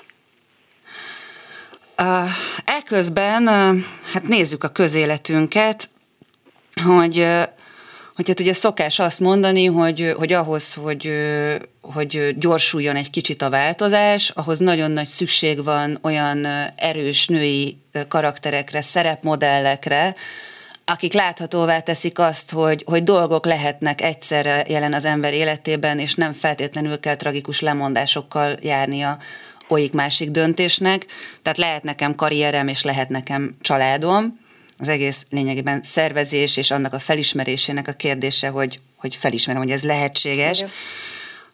Uh, eközben, uh, hát nézzük a közéletünket, hogy, uh, hogy hát ugye szokás azt mondani, hogy, hogy ahhoz, hogy, uh, hogy gyorsuljon egy kicsit a változás, ahhoz nagyon nagy szükség van olyan uh, erős női uh, karakterekre, szerepmodellekre, akik láthatóvá teszik azt, hogy, hogy dolgok lehetnek egyszerre jelen az ember életében, és nem feltétlenül kell tragikus lemondásokkal járnia olyik másik döntésnek, tehát lehet nekem karrierem, és lehet nekem családom. Az egész lényegében szervezés, és annak a felismerésének a kérdése, hogy, hogy felismerem, hogy ez lehetséges. Igen.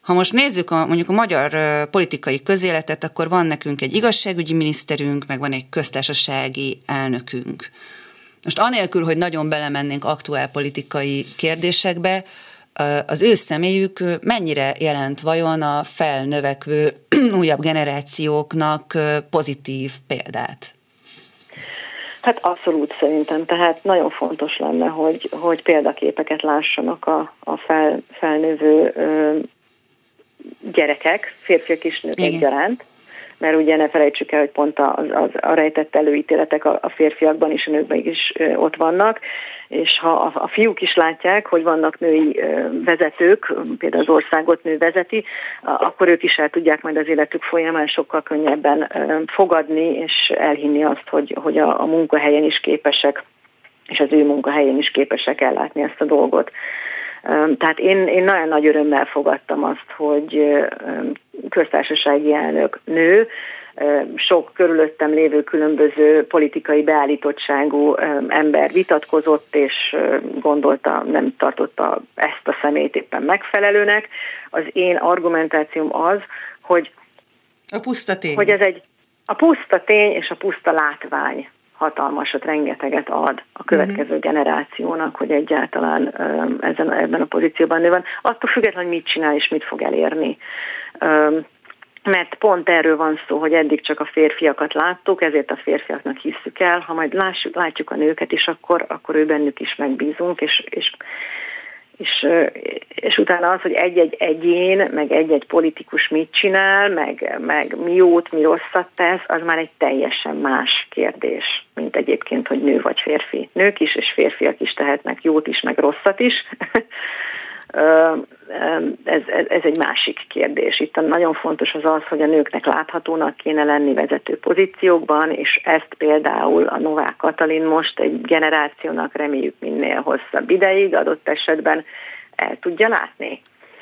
Ha most nézzük a, mondjuk a magyar politikai közéletet, akkor van nekünk egy igazságügyi miniszterünk, meg van egy köztársasági elnökünk. Most anélkül, hogy nagyon belemennénk aktuál politikai kérdésekbe, az ő személyük mennyire jelent vajon a felnövekvő újabb generációknak pozitív példát? Hát abszolút szerintem, tehát nagyon fontos lenne, hogy, hogy példaképeket lássanak a, a fel, felnövő ö, gyerekek, férfiak és nők egyaránt, mert ugye ne felejtsük el, hogy pont az, az, a rejtett előítéletek a, a férfiakban és a nőkben is ö, ott vannak, és ha a, a fiúk is látják, hogy vannak női ö, vezetők, például az országot nő vezeti, akkor ők is el tudják majd az életük folyamán sokkal könnyebben ö, fogadni, és elhinni azt, hogy, hogy a, a munkahelyen is képesek, és az ő munkahelyén is képesek ellátni ezt a dolgot. Tehát én, én nagyon nagy örömmel fogadtam azt, hogy köztársasági elnök nő, sok körülöttem lévő különböző politikai beállítottságú ember vitatkozott, és gondolta, nem tartotta ezt a személyt éppen megfelelőnek. Az én argumentációm az, hogy, a puszta tény. hogy ez egy a puszta tény és a puszta látvány hatalmasat, rengeteget ad a következő uh-huh. generációnak, hogy egyáltalán um, ezen, ebben a pozícióban nő van. Attól függetlenül, hogy mit csinál és mit fog elérni. Um, mert pont erről van szó, hogy eddig csak a férfiakat láttuk, ezért a férfiaknak hisszük el. Ha majd lássuk, látjuk a nőket is, akkor, akkor ő bennük is megbízunk, és, és És, és utána az, hogy egy-egy egyén, meg egy-egy politikus mit csinál, meg, meg mi jót, mi rosszat tesz, az már egy teljesen más kérdés, mint egyébként, hogy nő vagy férfi. Nők is és férfiak is tehetnek jót is, meg rosszat is. ez, ez, ez egy másik kérdés. Itt nagyon fontos az az, hogy a nőknek láthatónak kéne lenni vezető pozíciókban, és ezt például a Novák Katalin most egy generációnak reméljük minél hosszabb ideig adott esetben el tudja látni.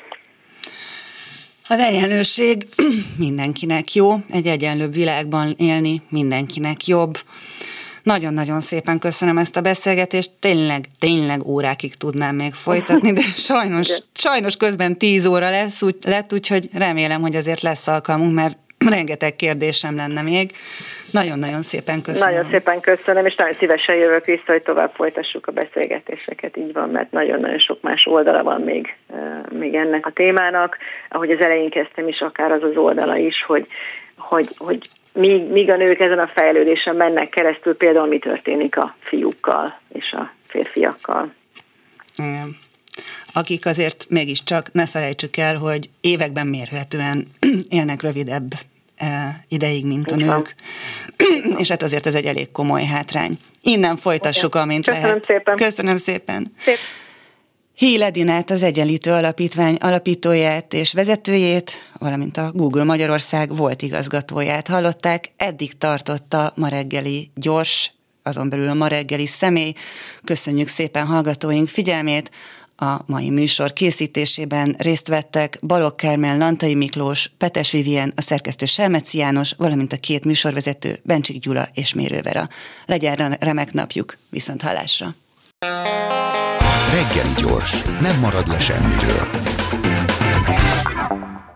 Az egyenlőség mindenkinek jó, egy egyenlőbb világban élni mindenkinek jobb. Nagyon-nagyon szépen köszönöm ezt a beszélgetést, tényleg, tényleg órákig tudnám még folytatni, de sajnos, sajnos közben tíz óra lesz, úgy, lett, úgyhogy remélem, hogy azért lesz alkalmunk, mert rengeteg kérdésem lenne még. Nagyon-nagyon szépen köszönöm. Nagyon szépen köszönöm, és nagyon szívesen jövök vissza, hogy tovább folytassuk a beszélgetéseket, így van, mert nagyon-nagyon sok más oldala van még, még ennek a témának. Ahogy az elején kezdtem is, akár az az oldala is, hogy, hogy, hogy Míg, míg a nők ezen a fejlődésen mennek keresztül, például mi történik a fiúkkal és a férfiakkal. Igen. Akik azért mégiscsak ne felejtsük el, hogy években mérhetően élnek rövidebb ideig, mint a nők. És hát azért ez egy elég komoly hátrány. Innen folytassuk, amint Köszönöm lehet. Szépen. Köszönöm szépen. Szép. Híl Edinát, az Egyenlítő Alapítvány alapítóját és vezetőjét, valamint a Google Magyarország volt igazgatóját hallották. Eddig tartott a ma reggeli gyors, azon belül a ma reggeli személy. Köszönjük szépen hallgatóink figyelmét. A mai műsor készítésében részt vettek Balogh Kármán, Lantai Miklós, Petes Vivien, a szerkesztő Selmeci János, valamint a két műsorvezető Bencsik Gyula és Mérő Vera. Legyen remek napjuk, viszont hallásra! Reggeli gyors, nem marad le semmiről.